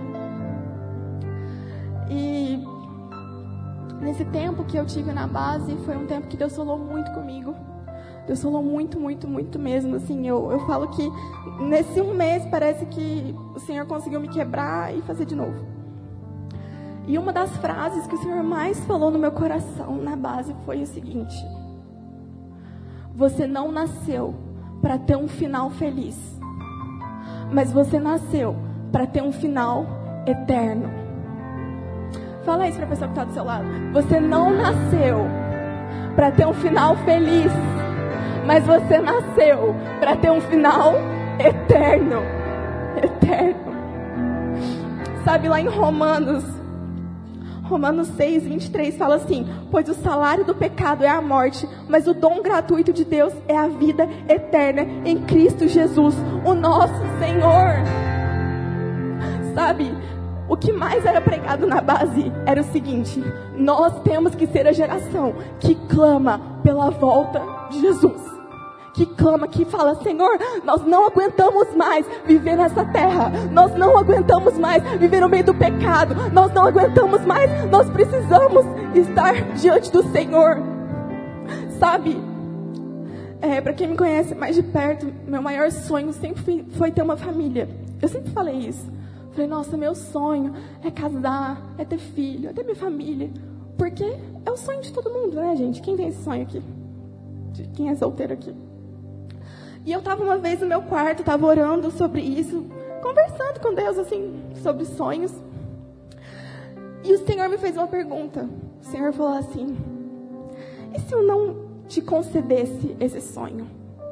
Speaker 2: E nesse tempo que eu tive na base, foi um tempo que Deus falou muito comigo. Deus falou muito, muito, muito mesmo. Assim, eu, eu falo que nesse um mês parece que o Senhor conseguiu me quebrar e fazer de novo. E uma das frases que o Senhor mais falou no meu coração na base foi o seguinte: você não nasceu para ter um final feliz, mas você nasceu para ter um final eterno. Fala isso para a pessoa que está do seu lado. Você não nasceu para ter um final feliz, mas você nasceu para ter um final eterno. Eterno. Sabe, lá em Romanos, Romanos seis, vinte e três fala assim: pois o salário do pecado é a morte, mas o dom gratuito de Deus é a vida eterna em Cristo Jesus, o nosso Senhor. Sabe, o que mais era pregado na base era o seguinte: nós temos que ser a geração que clama pela volta de Jesus. Que clama, que fala: Senhor, nós não aguentamos mais viver nessa terra. Nós não aguentamos mais viver no meio do pecado. Nós não aguentamos mais. Nós precisamos estar diante do Senhor. Sabe, é, para quem me conhece mais de perto, meu maior sonho sempre foi, foi ter uma família. Eu sempre falei isso. Falei: nossa, meu sonho é casar, é ter filho, é ter minha família. Porque é o sonho de todo mundo, né, gente? Quem tem esse sonho aqui? De quem é solteiro aqui? E eu estava uma vez no meu quarto, estava orando sobre isso, conversando com Deus, assim, sobre sonhos. E o Senhor me fez uma pergunta. O Senhor falou assim: e se eu não te concedesse esse sonho?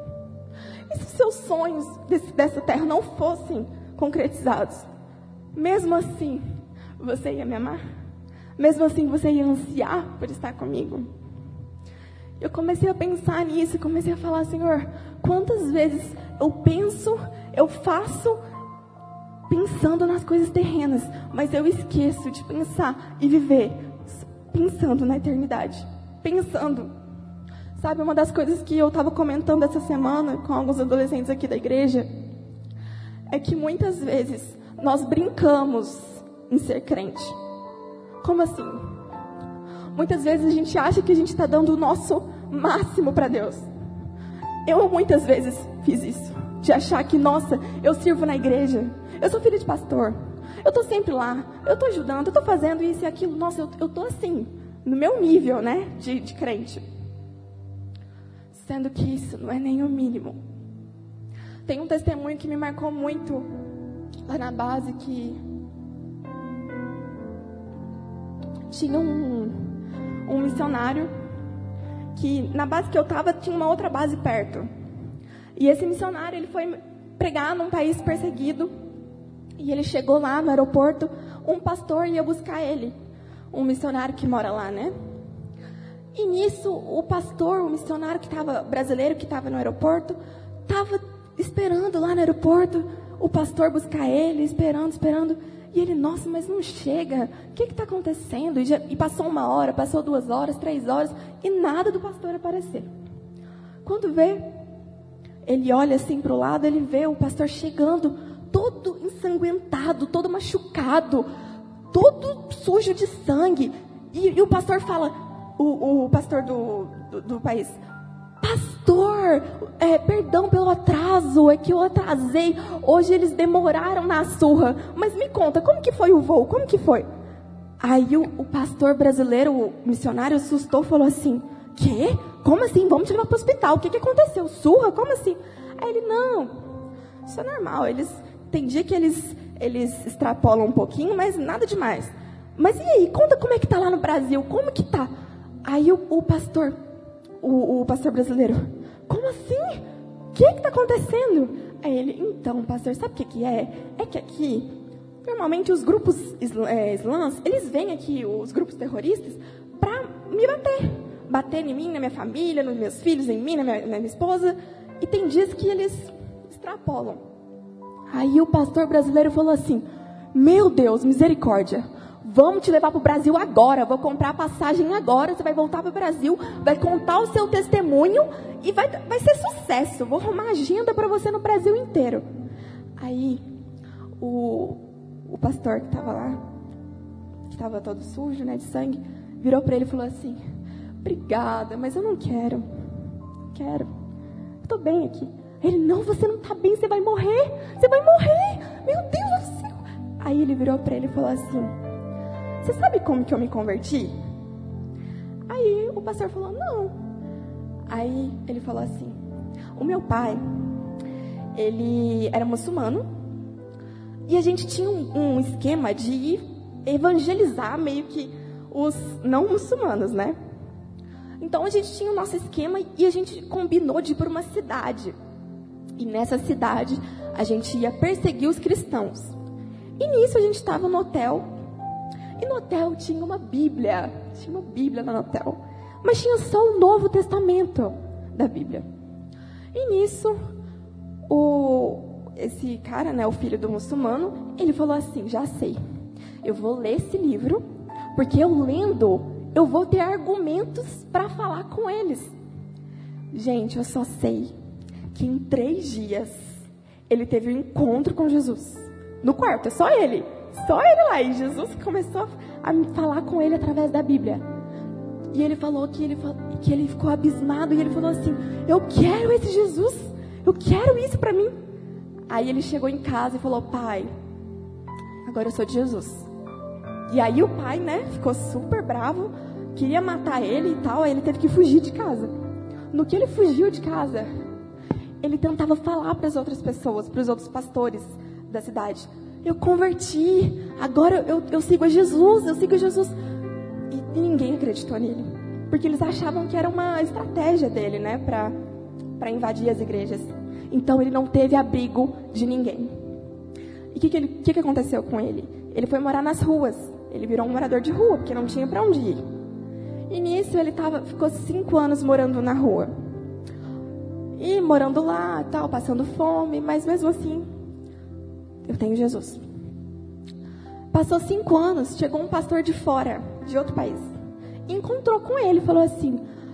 Speaker 2: E se os seus sonhos desse, dessa terra não fossem concretizados? Mesmo assim, você ia me amar? Mesmo assim, você ia ansiar por estar comigo? Eu comecei a pensar nisso, comecei a falar: Senhor, quantas vezes eu penso, eu faço pensando nas coisas terrenas, mas eu esqueço de pensar e viver pensando na eternidade, pensando. Sabe, uma das coisas que eu estava comentando essa semana com alguns adolescentes aqui da igreja é que muitas vezes nós brincamos em ser crente. Como assim? Muitas vezes a gente acha que a gente está dando o nosso máximo para Deus. Eu muitas vezes fiz isso, de achar que, nossa, eu sirvo na igreja, eu sou filha de pastor, eu estou sempre lá, eu estou ajudando, eu estou fazendo isso e aquilo, nossa, eu estou assim, no meu nível, né, de, de crente. Sendo que isso não é nem o mínimo. Tem um testemunho que me marcou muito lá na base, que tinha um, um missionário que na base que eu estava tinha uma outra base perto. E esse missionário, ele foi pregar num país perseguido. E ele chegou lá no aeroporto, um pastor ia buscar ele. Um missionário que mora lá, né? E nisso, o pastor, o missionário que estava, brasileiro que estava no aeroporto, estava esperando lá no aeroporto, o pastor buscar ele, esperando, esperando. E ele, nossa, mas não chega, o que está acontecendo? E, já, e passou uma hora, passou duas horas, três horas, e nada do pastor aparecer. Quando vê, ele olha assim para o lado, ele vê o pastor chegando, todo ensanguentado, todo machucado, todo sujo de sangue. E, e o pastor fala, o, o pastor do, do, do país, pastor, é, perdão pelo atraso, é que eu atrasei, hoje eles demoraram na surra, mas me conta, como que foi o voo, como que foi? Aí o, o pastor brasileiro, o missionário, assustou, falou assim, quê? Como assim? Vamos te levar para o hospital, o que que aconteceu? Surra? Como assim? Aí ele, não, isso é normal, eles, tem dia que eles, eles extrapolam um pouquinho, mas nada demais. Mas e aí, conta como é que tá lá no Brasil, como que tá? Aí o, o pastor, o, o pastor brasileiro, como assim? O que está acontecendo? Aí ele, então, pastor, sabe o que, que é? É que aqui, normalmente os grupos é, islãs, eles vêm aqui, os grupos terroristas, para me bater. Bater em mim, na minha família, nos meus filhos, em mim, na minha, na minha esposa. E tem dias que eles extrapolam. Aí o pastor brasileiro falou assim, meu Deus, misericórdia. Vamos te levar para o Brasil agora, vou comprar a passagem agora, você vai voltar para o Brasil, vai contar o seu testemunho e vai, vai ser sucesso. Vou arrumar agenda para você no Brasil inteiro. Aí, o, o pastor que estava lá, que estava todo sujo, né, de sangue, virou para ele e falou assim, obrigada, mas eu não quero, quero, estou bem aqui. Ele, não, você não está bem, você vai morrer, você vai morrer, meu Deus do céu. Aí ele virou para ele e falou assim, você sabe como que eu me converti? Aí o pastor falou, não. Aí ele falou assim, o meu pai, ele era muçulmano, e a gente tinha um, um esquema de evangelizar meio que os não muçulmanos, né? Então a gente tinha o nosso esquema e a gente combinou de ir para uma cidade. E nessa cidade a gente ia perseguir os cristãos. E nisso a gente estava no hotel. E no hotel tinha uma Bíblia, tinha uma Bíblia no hotel, mas tinha só o Novo Testamento da Bíblia. E nisso, o, esse cara, né, o filho do muçulmano, ele falou assim, já sei, eu vou ler esse livro, porque eu lendo, eu vou ter argumentos para falar com eles. Gente, eu só sei que em três dias, ele teve um encontro com Jesus, no quarto, é só ele. Só ele lá, e Jesus começou a falar com ele através da Bíblia. E ele falou que ele, que ele ficou abismado, e ele falou assim, eu quero esse Jesus, eu quero isso para mim. Aí ele chegou em casa e falou, pai, agora eu sou de Jesus. E aí o pai, né, ficou super bravo, queria matar ele e tal, aí ele teve que fugir de casa. No que ele fugiu de casa, ele tentava falar para as outras pessoas, para os outros pastores da cidade, eu converti, agora eu, eu sigo a Jesus, eu sigo a Jesus. E, e ninguém acreditou nele, porque eles achavam que era uma estratégia dele, né, para para invadir as igrejas. Então ele não teve abrigo de ninguém. E o que que, ele, que que aconteceu com ele? Ele foi morar nas ruas, ele virou um morador de rua, porque não tinha para onde ir. E nisso ele tava, ficou cinco anos morando na rua. E morando lá, tal, passando fome, mas mesmo assim, eu tenho Jesus. Passou cinco anos, chegou um pastor de fora, de outro país, e encontrou com ele, falou assim,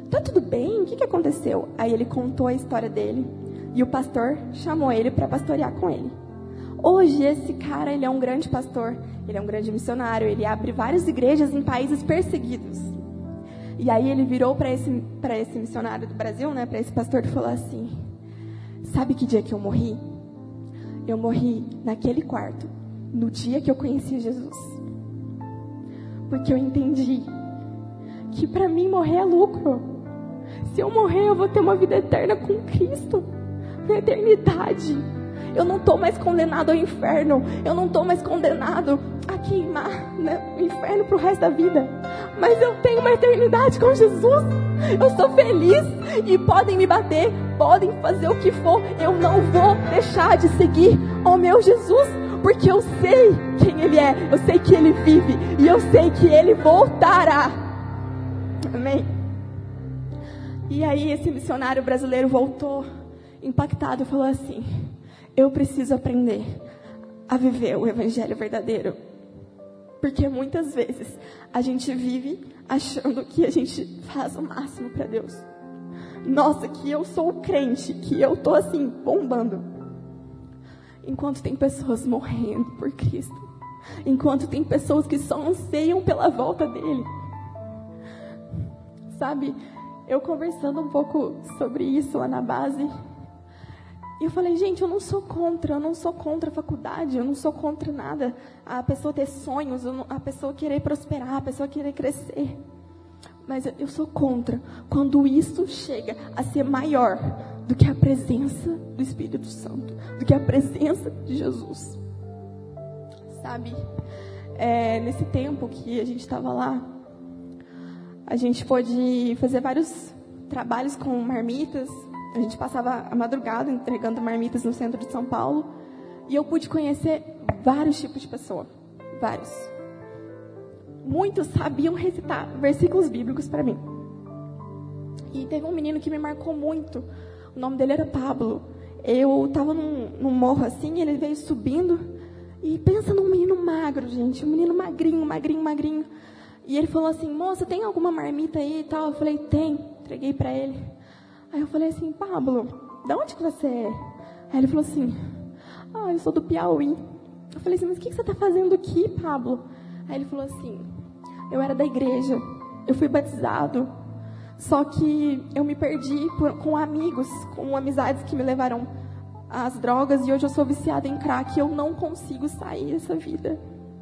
Speaker 2: tá tudo bem? O que, que aconteceu? Aí ele contou a história dele e o pastor chamou ele para pastorear com ele. Hoje esse cara, ele é um grande pastor, ele é um grande missionário, ele abre várias igrejas em países perseguidos. E aí ele virou para esse, para esse missionário do Brasil, né, para esse pastor, e falou assim: sabe que dia que eu morri? Eu morri naquele quarto, no dia que eu conheci Jesus. Porque eu entendi que para mim morrer é lucro. Se eu morrer, eu vou ter uma vida eterna com Cristo, na eternidade. Eu não estou mais condenado ao inferno. Eu não estou mais condenado a queimar, né, no inferno para o resto da vida. Mas eu tenho uma eternidade com Jesus. Eu sou feliz. E podem me bater, podem fazer o que for, eu não vou deixar de seguir ao meu Jesus. Porque eu sei quem Ele é. Eu sei que Ele vive. E eu sei que Ele voltará. Amém? E aí esse missionário brasileiro voltou impactado e falou assim: eu preciso aprender a viver o evangelho verdadeiro. Porque muitas vezes a gente vive achando que a gente faz o máximo para Deus. Nossa, que eu sou o crente, que eu tô assim, bombando. Enquanto tem pessoas morrendo por Cristo. Enquanto tem pessoas que só anseiam pela volta dele. Sabe, eu conversando um pouco sobre isso lá na base, e eu falei, gente, eu não sou contra, eu não sou contra a faculdade, eu não sou contra nada. A pessoa ter sonhos, a pessoa querer prosperar, a pessoa querer crescer. Mas eu sou contra quando isso chega a ser maior do que a presença do Espírito Santo, do que a presença de Jesus. Sabe, é, nesse tempo que a gente estava lá, a gente pôde fazer vários trabalhos com marmitas. A gente passava a madrugada entregando marmitas no centro de São Paulo. E eu pude conhecer vários tipos de pessoa. Vários. Muitos sabiam recitar versículos bíblicos para mim. E teve um menino que me marcou muito. O nome dele era Pablo. Eu estava num, num morro assim, ele veio subindo. E pensa num menino magro, gente. Um menino magrinho, magrinho, magrinho. E ele falou assim, moça, tem alguma marmita aí e tal? Eu falei, tem. Entreguei para ele. Aí eu falei assim, Pablo, de onde que você é? Aí ele falou assim, ah, eu sou do Piauí. Eu falei assim, mas o que, que você está fazendo aqui, Pablo? Aí ele falou assim, eu era da igreja, eu fui batizado, só que eu me perdi por, com amigos, com amizades que me levaram às drogas, e hoje eu sou viciada em crack e eu não consigo sair dessa vida.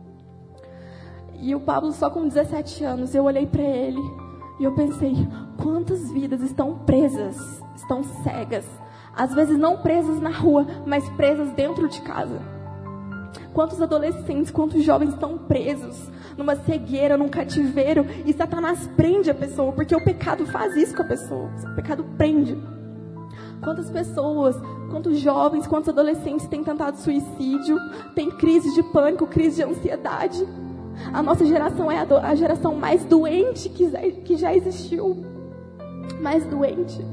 Speaker 2: E o Pablo só com dezessete anos, eu olhei para ele e eu pensei, quantas vidas estão presas, estão cegas, às vezes não presas na rua, mas presas dentro de casa. Quantos adolescentes, quantos jovens estão presos numa cegueira, num cativeiro, e Satanás prende a pessoa, porque o pecado faz isso com a pessoa, o pecado prende. Quantas pessoas, quantos jovens, quantos adolescentes têm tentado suicídio, têm crise de pânico, crise de ansiedade. A nossa geração é a, do, a geração mais doente que, que já existiu. Mais doente.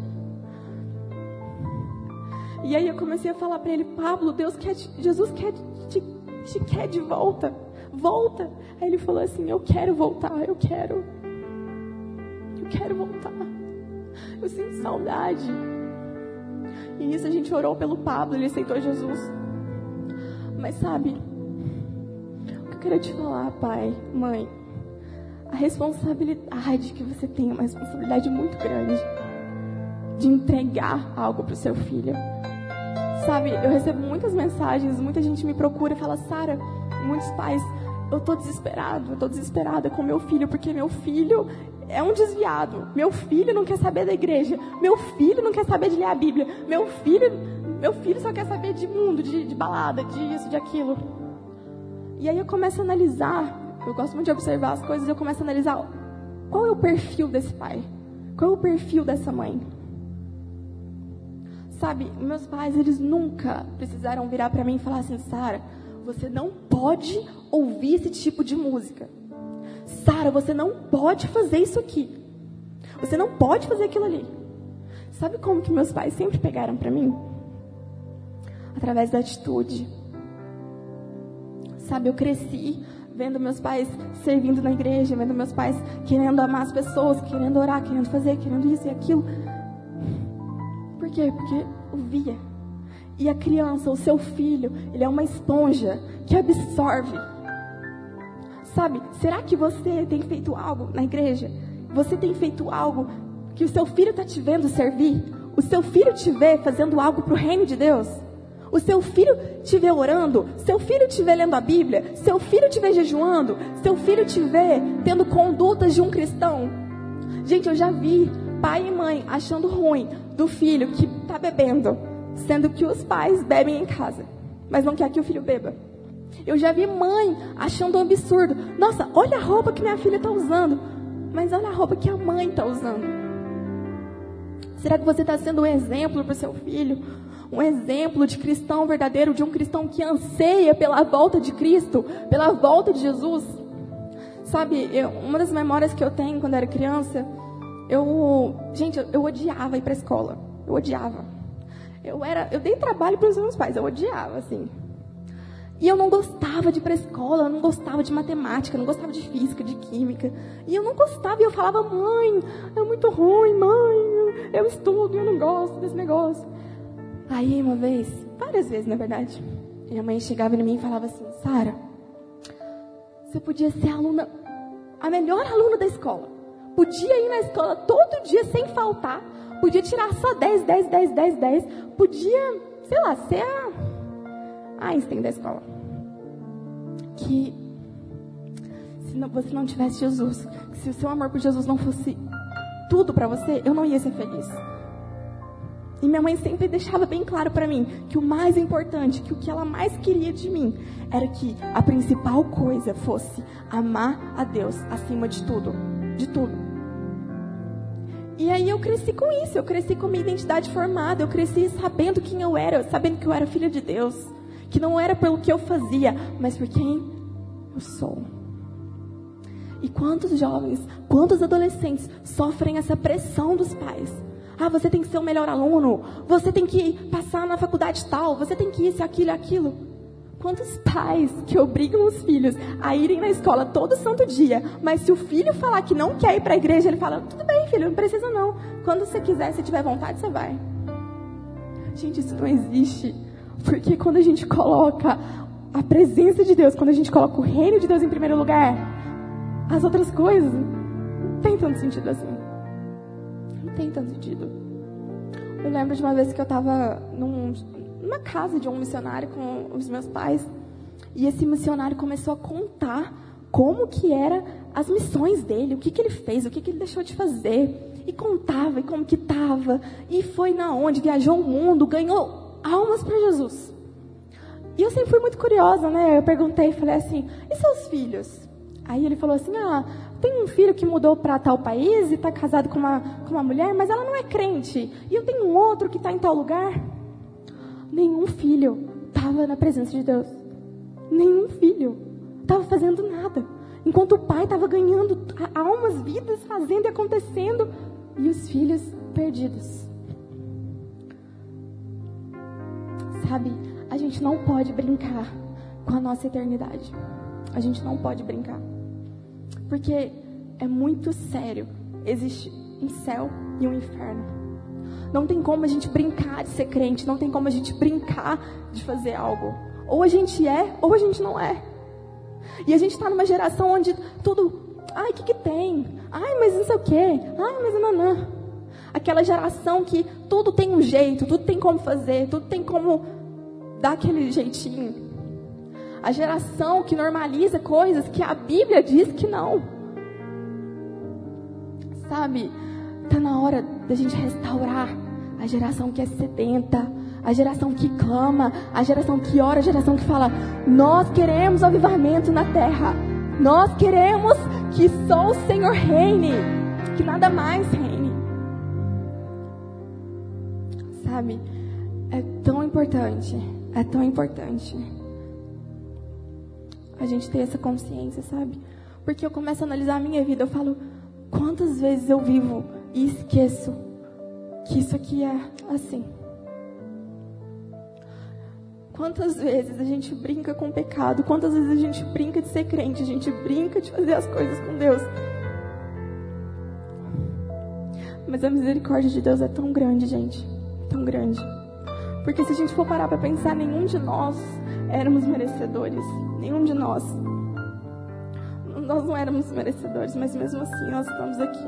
Speaker 2: E aí eu comecei a falar para ele, Pablo, Deus quer te, Jesus quer te, te quer de volta. Volta. Aí ele falou assim, eu quero voltar, eu quero. Eu quero voltar. Eu sinto saudade. E nisso a gente orou pelo Pablo, ele aceitou Jesus. Mas sabe, eu quero te falar, pai, mãe, a responsabilidade que você tem é uma responsabilidade muito grande de entregar algo para o seu filho. Sabe, eu recebo muitas mensagens, muita gente me procura e fala, Sara, muitos pais, eu tô desesperado, eu tô desesperada com meu filho, porque meu filho é um desviado, meu filho não quer saber da igreja, meu filho não quer saber de ler a Bíblia, meu filho, meu filho só quer saber de mundo, de, de balada, disso, de aquilo. E aí eu começo a analisar, eu gosto muito de observar as coisas, eu começo a analisar qual é o perfil desse pai, qual é o perfil dessa mãe. Sabe, meus pais, eles nunca precisaram virar para mim e falar assim, Sara, você não pode ouvir esse tipo de música. Sara, você não pode fazer isso aqui. Você não pode fazer aquilo ali. Sabe como que meus pais sempre pegaram para mim? Através da atitude. Sabe, eu cresci vendo meus pais servindo na igreja, vendo meus pais querendo amar as pessoas, querendo orar, querendo fazer, querendo isso e aquilo. Por quê? Porque eu via. E a criança, o seu filho, ele é uma esponja que absorve. Sabe, será que você tem feito algo na igreja? Você tem feito algo que o seu filho está te vendo servir? O seu filho te vê fazendo algo para o reino de Deus? O seu filho te vê orando? Seu filho te vê lendo a Bíblia? Seu filho te vê jejuando? Seu filho te vê tendo condutas de um cristão? Gente, eu já vi pai e mãe achando ruim do filho que está bebendo, sendo que os pais bebem em casa, mas não quer que o filho beba. Eu já vi mãe achando um absurdo. Nossa, olha a roupa que minha filha está usando, mas olha a roupa que a mãe está usando. Será que você está sendo um exemplo para o seu filho? Um exemplo de cristão verdadeiro, de um cristão que anseia pela volta de Cristo, pela volta de Jesus? Sabe, eu, uma das memórias que eu tenho quando eu era criança, eu, gente, eu, eu odiava ir para a escola. Eu odiava. Eu, era, eu dei trabalho para os meus pais, eu odiava, assim. E eu não gostava de ir para a escola, eu não gostava de matemática, eu não gostava de física, de química. E eu não gostava, e eu falava, mãe, é muito ruim, mãe, eu estudo e eu não gosto desse negócio. Aí, uma vez, várias vezes, na verdade, minha mãe chegava em mim e falava assim, Sara, você podia ser a aluna, a melhor aluna da escola. Podia ir na escola todo dia sem faltar, podia tirar só dez, dez, dez, dez, dez, podia, sei lá, ser a Einstein da escola. Que se não, você não tivesse Jesus, que se o seu amor por Jesus não fosse tudo para você, eu não ia ser feliz. E minha mãe sempre deixava bem claro para mim que o mais importante, que o que ela mais queria de mim, era que a principal coisa fosse amar a Deus acima de tudo, de tudo. E aí eu cresci com isso, eu cresci com minha identidade formada, eu cresci sabendo quem eu era, sabendo que eu era filha de Deus, que não era pelo que eu fazia, mas por quem eu sou. E quantos jovens, quantos adolescentes sofrem essa pressão dos pais? Ah, você tem que ser o melhor aluno, você tem que passar na faculdade tal, você tem que isso, aquilo, aquilo. Quantos pais que obrigam os filhos a irem na escola todo santo dia, mas se o filho falar que não quer ir para a igreja, ele fala, tudo bem, filho, não precisa não. Quando você quiser, se tiver vontade, você vai. Gente, isso não existe. Porque quando a gente coloca a presença de Deus, quando a gente coloca o reino de Deus em primeiro lugar, as outras coisas não tem tanto sentido assim. Não tem tanto sentido. Eu lembro de uma vez que eu estava num, numa casa de um missionário com os meus pais, e esse missionário começou a contar como que eram as missões dele, o que, que ele fez, o que, que ele deixou de fazer, e contava, e como que estava, e foi na onde, viajou o mundo, ganhou almas para Jesus. E eu sempre fui muito curiosa, né? Eu perguntei, falei assim, e seus filhos? Aí ele falou assim, ah, tem um filho que mudou para tal país e está casado com uma, com uma mulher, mas ela não é crente. E eu tenho um outro que está em tal lugar. Nenhum filho estava na presença de Deus. Nenhum filho estava fazendo nada. Enquanto o pai estava ganhando almas, vidas, fazendo e acontecendo, e os filhos perdidos. Sabe, a gente não pode brincar com a nossa eternidade. A gente não pode brincar. Porque é muito sério. Existe um céu e um inferno. Não tem como a gente brincar de ser crente. Não tem como a gente brincar de fazer algo. Ou a gente é, ou a gente não é. E a gente está numa geração onde tudo... Ai, o que que tem? Ai, mas não sei o quê. Ai, mas não, não. Aquela geração que tudo tem um jeito, tudo tem como fazer, tudo tem como dar aquele jeitinho. A geração que normaliza coisas que a Bíblia diz que não. Sabe, está na hora da gente restaurar a geração que é sedenta, a geração que clama, a geração que ora, a geração que fala, nós queremos avivamento na terra. Nós queremos que só o Senhor reine, que nada mais reine. Sabe, é tão importante, é tão importante a gente ter essa consciência, sabe? Porque eu começo a analisar a minha vida, eu falo, quantas vezes eu vivo e esqueço que isso aqui é assim. Quantas vezes a gente brinca com o pecado, quantas vezes a gente brinca de ser crente, a gente brinca de fazer as coisas com Deus. Mas a misericórdia de Deus é tão grande, gente, tão grande. Porque se a gente for parar para pensar, nenhum de nós éramos merecedores, nenhum de nós. Nós não éramos merecedores, mas mesmo assim nós estamos aqui.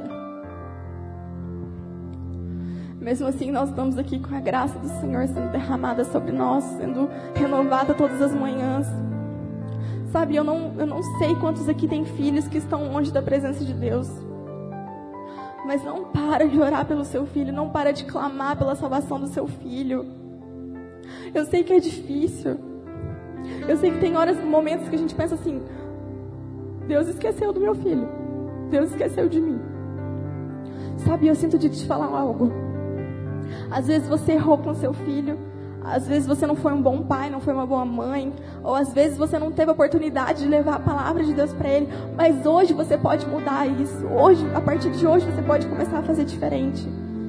Speaker 2: Mesmo assim nós estamos aqui com a graça do Senhor sendo derramada sobre nós, sendo renovada todas as manhãs. Sabe, eu não, eu não sei quantos aqui têm filhos que estão longe da presença de Deus. Mas não para de orar pelo seu filho, não para de clamar pela salvação do seu filho. Eu sei que é difícil. Eu sei que tem horas, momentos que a gente pensa assim: Deus esqueceu do meu filho, Deus esqueceu de mim. Sabe, eu sinto de te falar algo. Às vezes você errou com seu filho, às vezes você não foi um bom pai, não foi uma boa mãe, ou às vezes você não teve a oportunidade de levar a palavra de Deus para ele, mas hoje você pode mudar isso. Hoje, a partir de hoje, você pode começar a fazer diferente.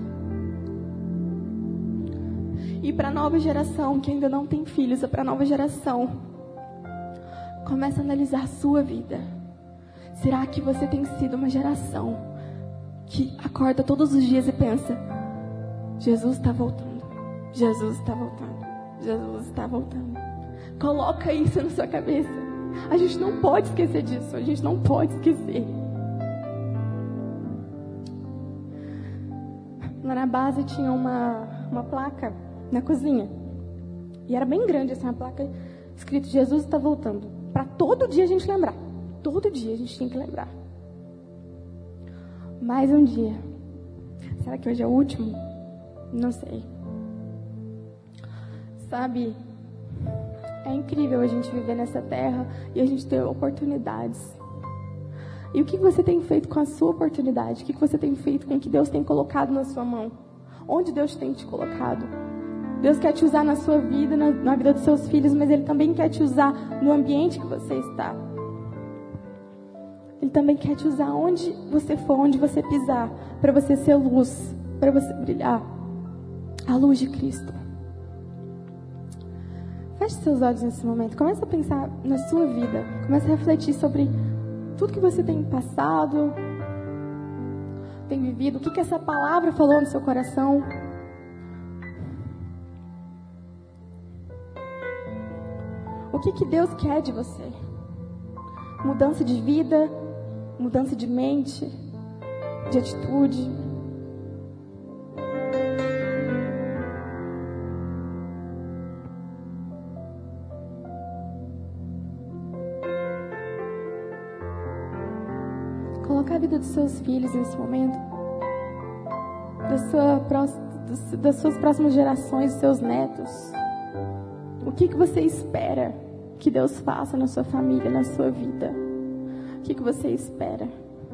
Speaker 2: E para a nova geração que ainda não tem filhos, é para a nova geração, comece a analisar a sua vida. Será que você tem sido uma geração que acorda todos os dias e pensa: Jesus está voltando, Jesus está voltando, Jesus está voltando? Coloca isso na sua cabeça. A gente não pode esquecer disso, a gente não pode esquecer. Lá na base tinha uma, uma placa na cozinha. E era bem grande assim, uma placa escrito: Jesus está voltando. Para todo dia a gente lembrar. Todo dia a gente tinha que lembrar. Mais um dia. Será que hoje é o último? Não sei. Sabe, é incrível a gente viver nessa terra e a gente ter oportunidades. E o que você tem feito com a sua oportunidade? O que você tem feito com o que Deus tem colocado na sua mão? Onde Deus tem te colocado? Deus quer te usar na sua vida, na, na vida dos seus filhos, mas Ele também quer te usar no ambiente que você está. Ele também quer te usar onde você for, onde você pisar, para você ser luz, para você brilhar a luz de Cristo. Feche seus olhos nesse momento. Comece a pensar na sua vida. Comece a refletir sobre tudo que você tem passado, tem vivido. O que, que essa palavra falou no seu coração? O que, que Deus quer de você? Mudança de vida, mudança de mente, de atitude. Colocar a vida dos seus filhos nesse momento, da sua, das suas próximas gerações, dos seus netos. O que, que você espera que Deus faça na sua família, na sua vida? O que, que você espera?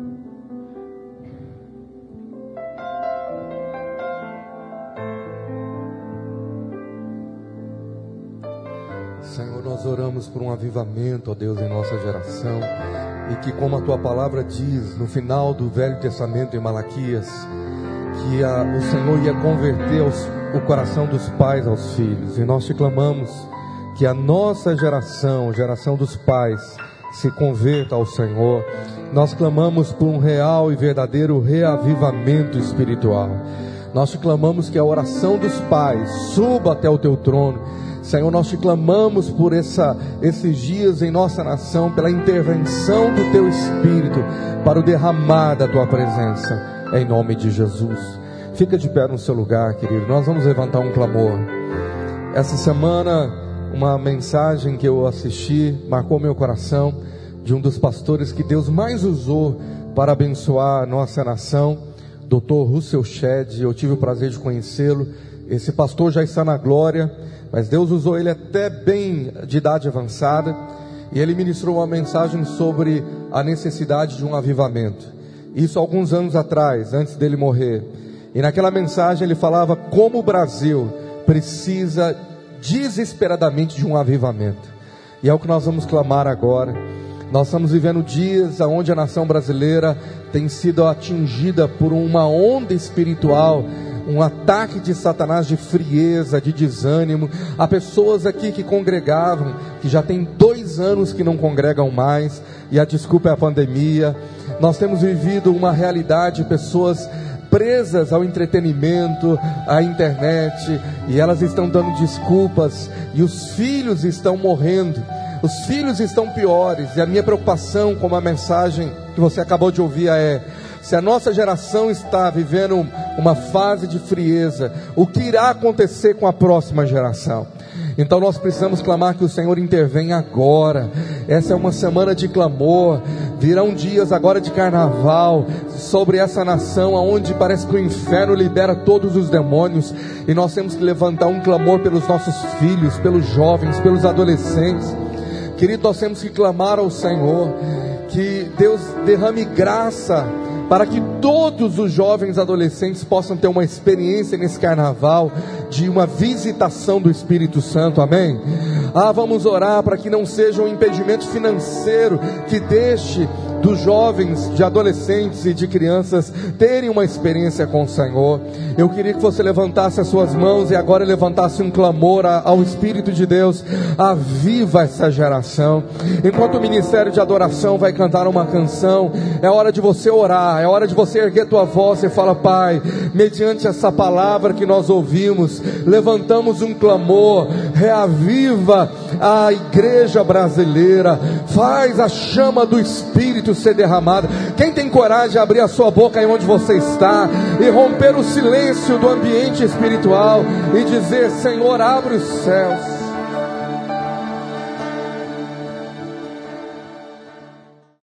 Speaker 3: Senhor, nós oramos por um avivamento, ó Deus, em nossa geração. E que, como a Tua palavra diz, no final do Velho Testamento, em Malaquias, que a, o Senhor ia converter os, o coração dos pais aos filhos. E nós te clamamos que a nossa geração, geração dos pais, se converta ao Senhor. Nós clamamos por um real e verdadeiro reavivamento espiritual. Nós te clamamos que a oração dos pais suba até o Teu trono. Senhor, nós te clamamos por essa, esses dias em nossa nação, pela intervenção do Teu Espírito, para o derramar da Tua presença, em nome de Jesus. Fica de pé no seu lugar, querido. Nós vamos levantar um clamor. Essa semana, uma mensagem que eu assisti marcou meu coração, de um dos pastores que Deus mais usou para abençoar a nossa nação, doutor Russell Shedd. Eu tive o prazer de conhecê-lo. Esse pastor já está na glória, mas Deus usou ele até bem de idade avançada, e ele ministrou uma mensagem sobre a necessidade de um avivamento. Isso alguns anos atrás, antes dele morrer. E naquela mensagem ele falava como o Brasil precisa desesperadamente de um avivamento. E é o que nós vamos clamar agora. Nós estamos vivendo dias onde a nação brasileira tem sido atingida por uma onda espiritual um ataque de Satanás de frieza, de desânimo. Há pessoas aqui que congregavam, que já tem dois anos que não congregam mais, e a desculpa é a pandemia. Nós temos vivido uma realidade, pessoas presas ao entretenimento, à internet, e elas estão dando desculpas, e os filhos estão morrendo, os filhos estão piores. E a minha preocupação, como a mensagem que você acabou de ouvir, é: se a nossa geração está vivendo uma fase de frieza, o que irá acontecer com a próxima geração? Então nós precisamos clamar que o Senhor intervenha agora. Essa é uma semana de clamor. Virão dias agora de carnaval sobre essa nação, onde parece que o inferno libera todos os demônios, e nós temos que levantar um clamor pelos nossos filhos, pelos jovens, pelos adolescentes. Querido, nós temos que clamar ao Senhor que Deus derrame graça para que todos os jovens adolescentes possam ter uma experiência nesse carnaval de uma visitação do Espírito Santo, amém? Ah, vamos orar para que não seja um impedimento financeiro que deixe dos jovens, de adolescentes e de crianças terem uma experiência com o Senhor. Eu queria que você levantasse as suas mãos e agora levantasse um clamor ao Espírito de Deus. Aviva essa geração. Enquanto o ministério de adoração vai cantar uma canção, é hora de você orar, é hora de você erguer tua voz e falar: Pai, mediante essa palavra que nós ouvimos, levantamos um clamor, reaviva a igreja brasileira, faz a chama do Espírito ser derramada. Quem tem coragem de abrir a sua boca aí onde você está e romper o silêncio do ambiente espiritual e dizer: Senhor, abre os céus.